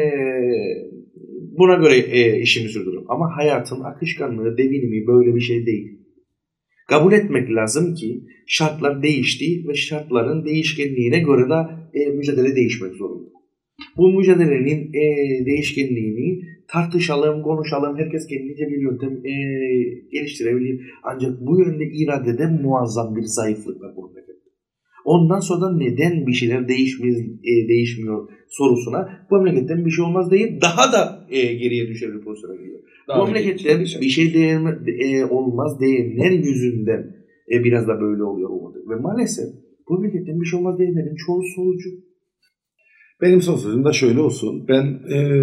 Buna göre işimi sürdürürüm. Ama hayatın akışkanlığı, devinimi böyle bir şey değil. Kabul etmek lazım ki şartlar değişti ve şartların değişkenliğine göre de mücadele değişmek zorunda. Bu mücadelenin değişkenliğini tartışalım, konuşalım. Herkes kendince bir yöntem geliştirebilir. Ancak bu yönde iradede muazzam bir zayıflık var bu memlekette. Ondan sonra neden bir şeyler değişmiyor sorusuna bu memleketten bir şey olmaz deyip daha da geriye düşer bir pozisyona geliyor. Bu memleketten bir şey olmaz diyenler yüzünden biraz da böyle oluyor olmadı. Ve maalesef bu memleketten bir şey olmaz diyenlerin çoğu solucu. Benim son sözüm de şöyle olsun. Ben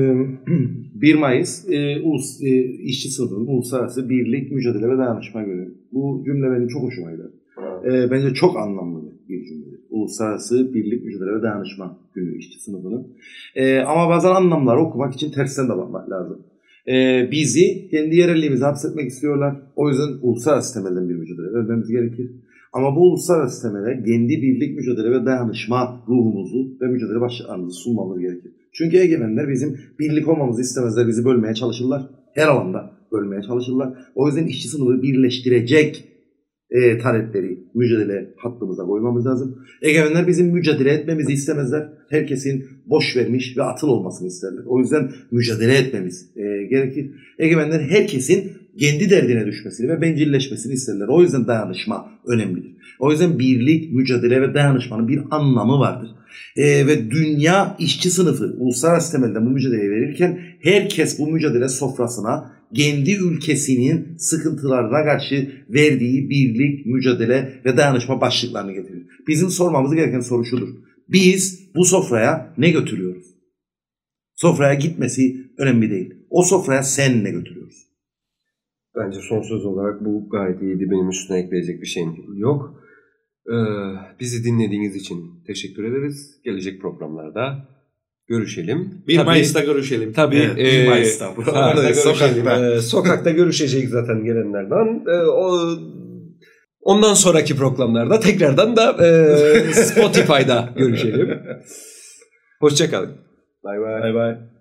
1 Mayıs işçi sınıfının Uluslararası Birlik, Mücadele ve Dayanışma Günü. Bu cümle benim çok hoşuma gider. Bence çok anlamlı bir cümledir. Uluslararası Birlik, Mücadele ve Dayanışma Günü işçi sınıfının. Ama bazen anlamları okumak için tersten de bakmak lazım. Bizi kendi yerelliğimize hapsetmek istiyorlar. O yüzden uluslararası temelden bir mücadele vermemiz gerekir. Ama bu uluslararası temele kendi birlik, mücadele ve dayanışma ruhumuzu ve mücadele başlıklarımızı sunmamız gerekir. Çünkü egemenler bizim birlik olmamızı istemezler. Bizi bölmeye çalışırlar. Her alanda bölmeye çalışırlar. O yüzden işçi sınıfı birleştirecek talepleri mücadele hattımıza koymamız lazım. Egemenler bizim mücadele etmemizi istemezler. Herkesin boş vermiş ve atıl olmasını isterler. O yüzden mücadele etmemiz gerekir. Egemenler herkesin kendi derdine düşmesini ve bencilleşmesini isterler. O yüzden dayanışma önemlidir. O yüzden birlik, mücadele ve dayanışmanın bir anlamı vardır. Ve dünya işçi sınıfı uluslararası temelde bu mücadeleyi verirken herkes bu mücadele sofrasına kendi ülkesinin sıkıntılarına karşı verdiği birlik, mücadele ve dayanışma başlıklarını getirir. Bizim sormamız gereken soru şudur. Biz bu sofraya ne götürüyoruz? Sofraya gitmesi önemli değil. O sofraya sen ne götürüyorsun? Bence son söz olarak bu gayet iyiydi. Benim üstüne ekleyecek bir şeyim yok. Bizi dinlediğiniz için teşekkür ederiz. Gelecek programlarda görüşelim. 1 Mayıs'ta görüşelim. Tabii. Evet, 1 Mayıs'ta. Sokakta görüşeceğiz zaten gelenlerden. Ondan sonraki programlarda tekrardan da Spotify'da görüşelim. Hoşça kalın. Bye bye.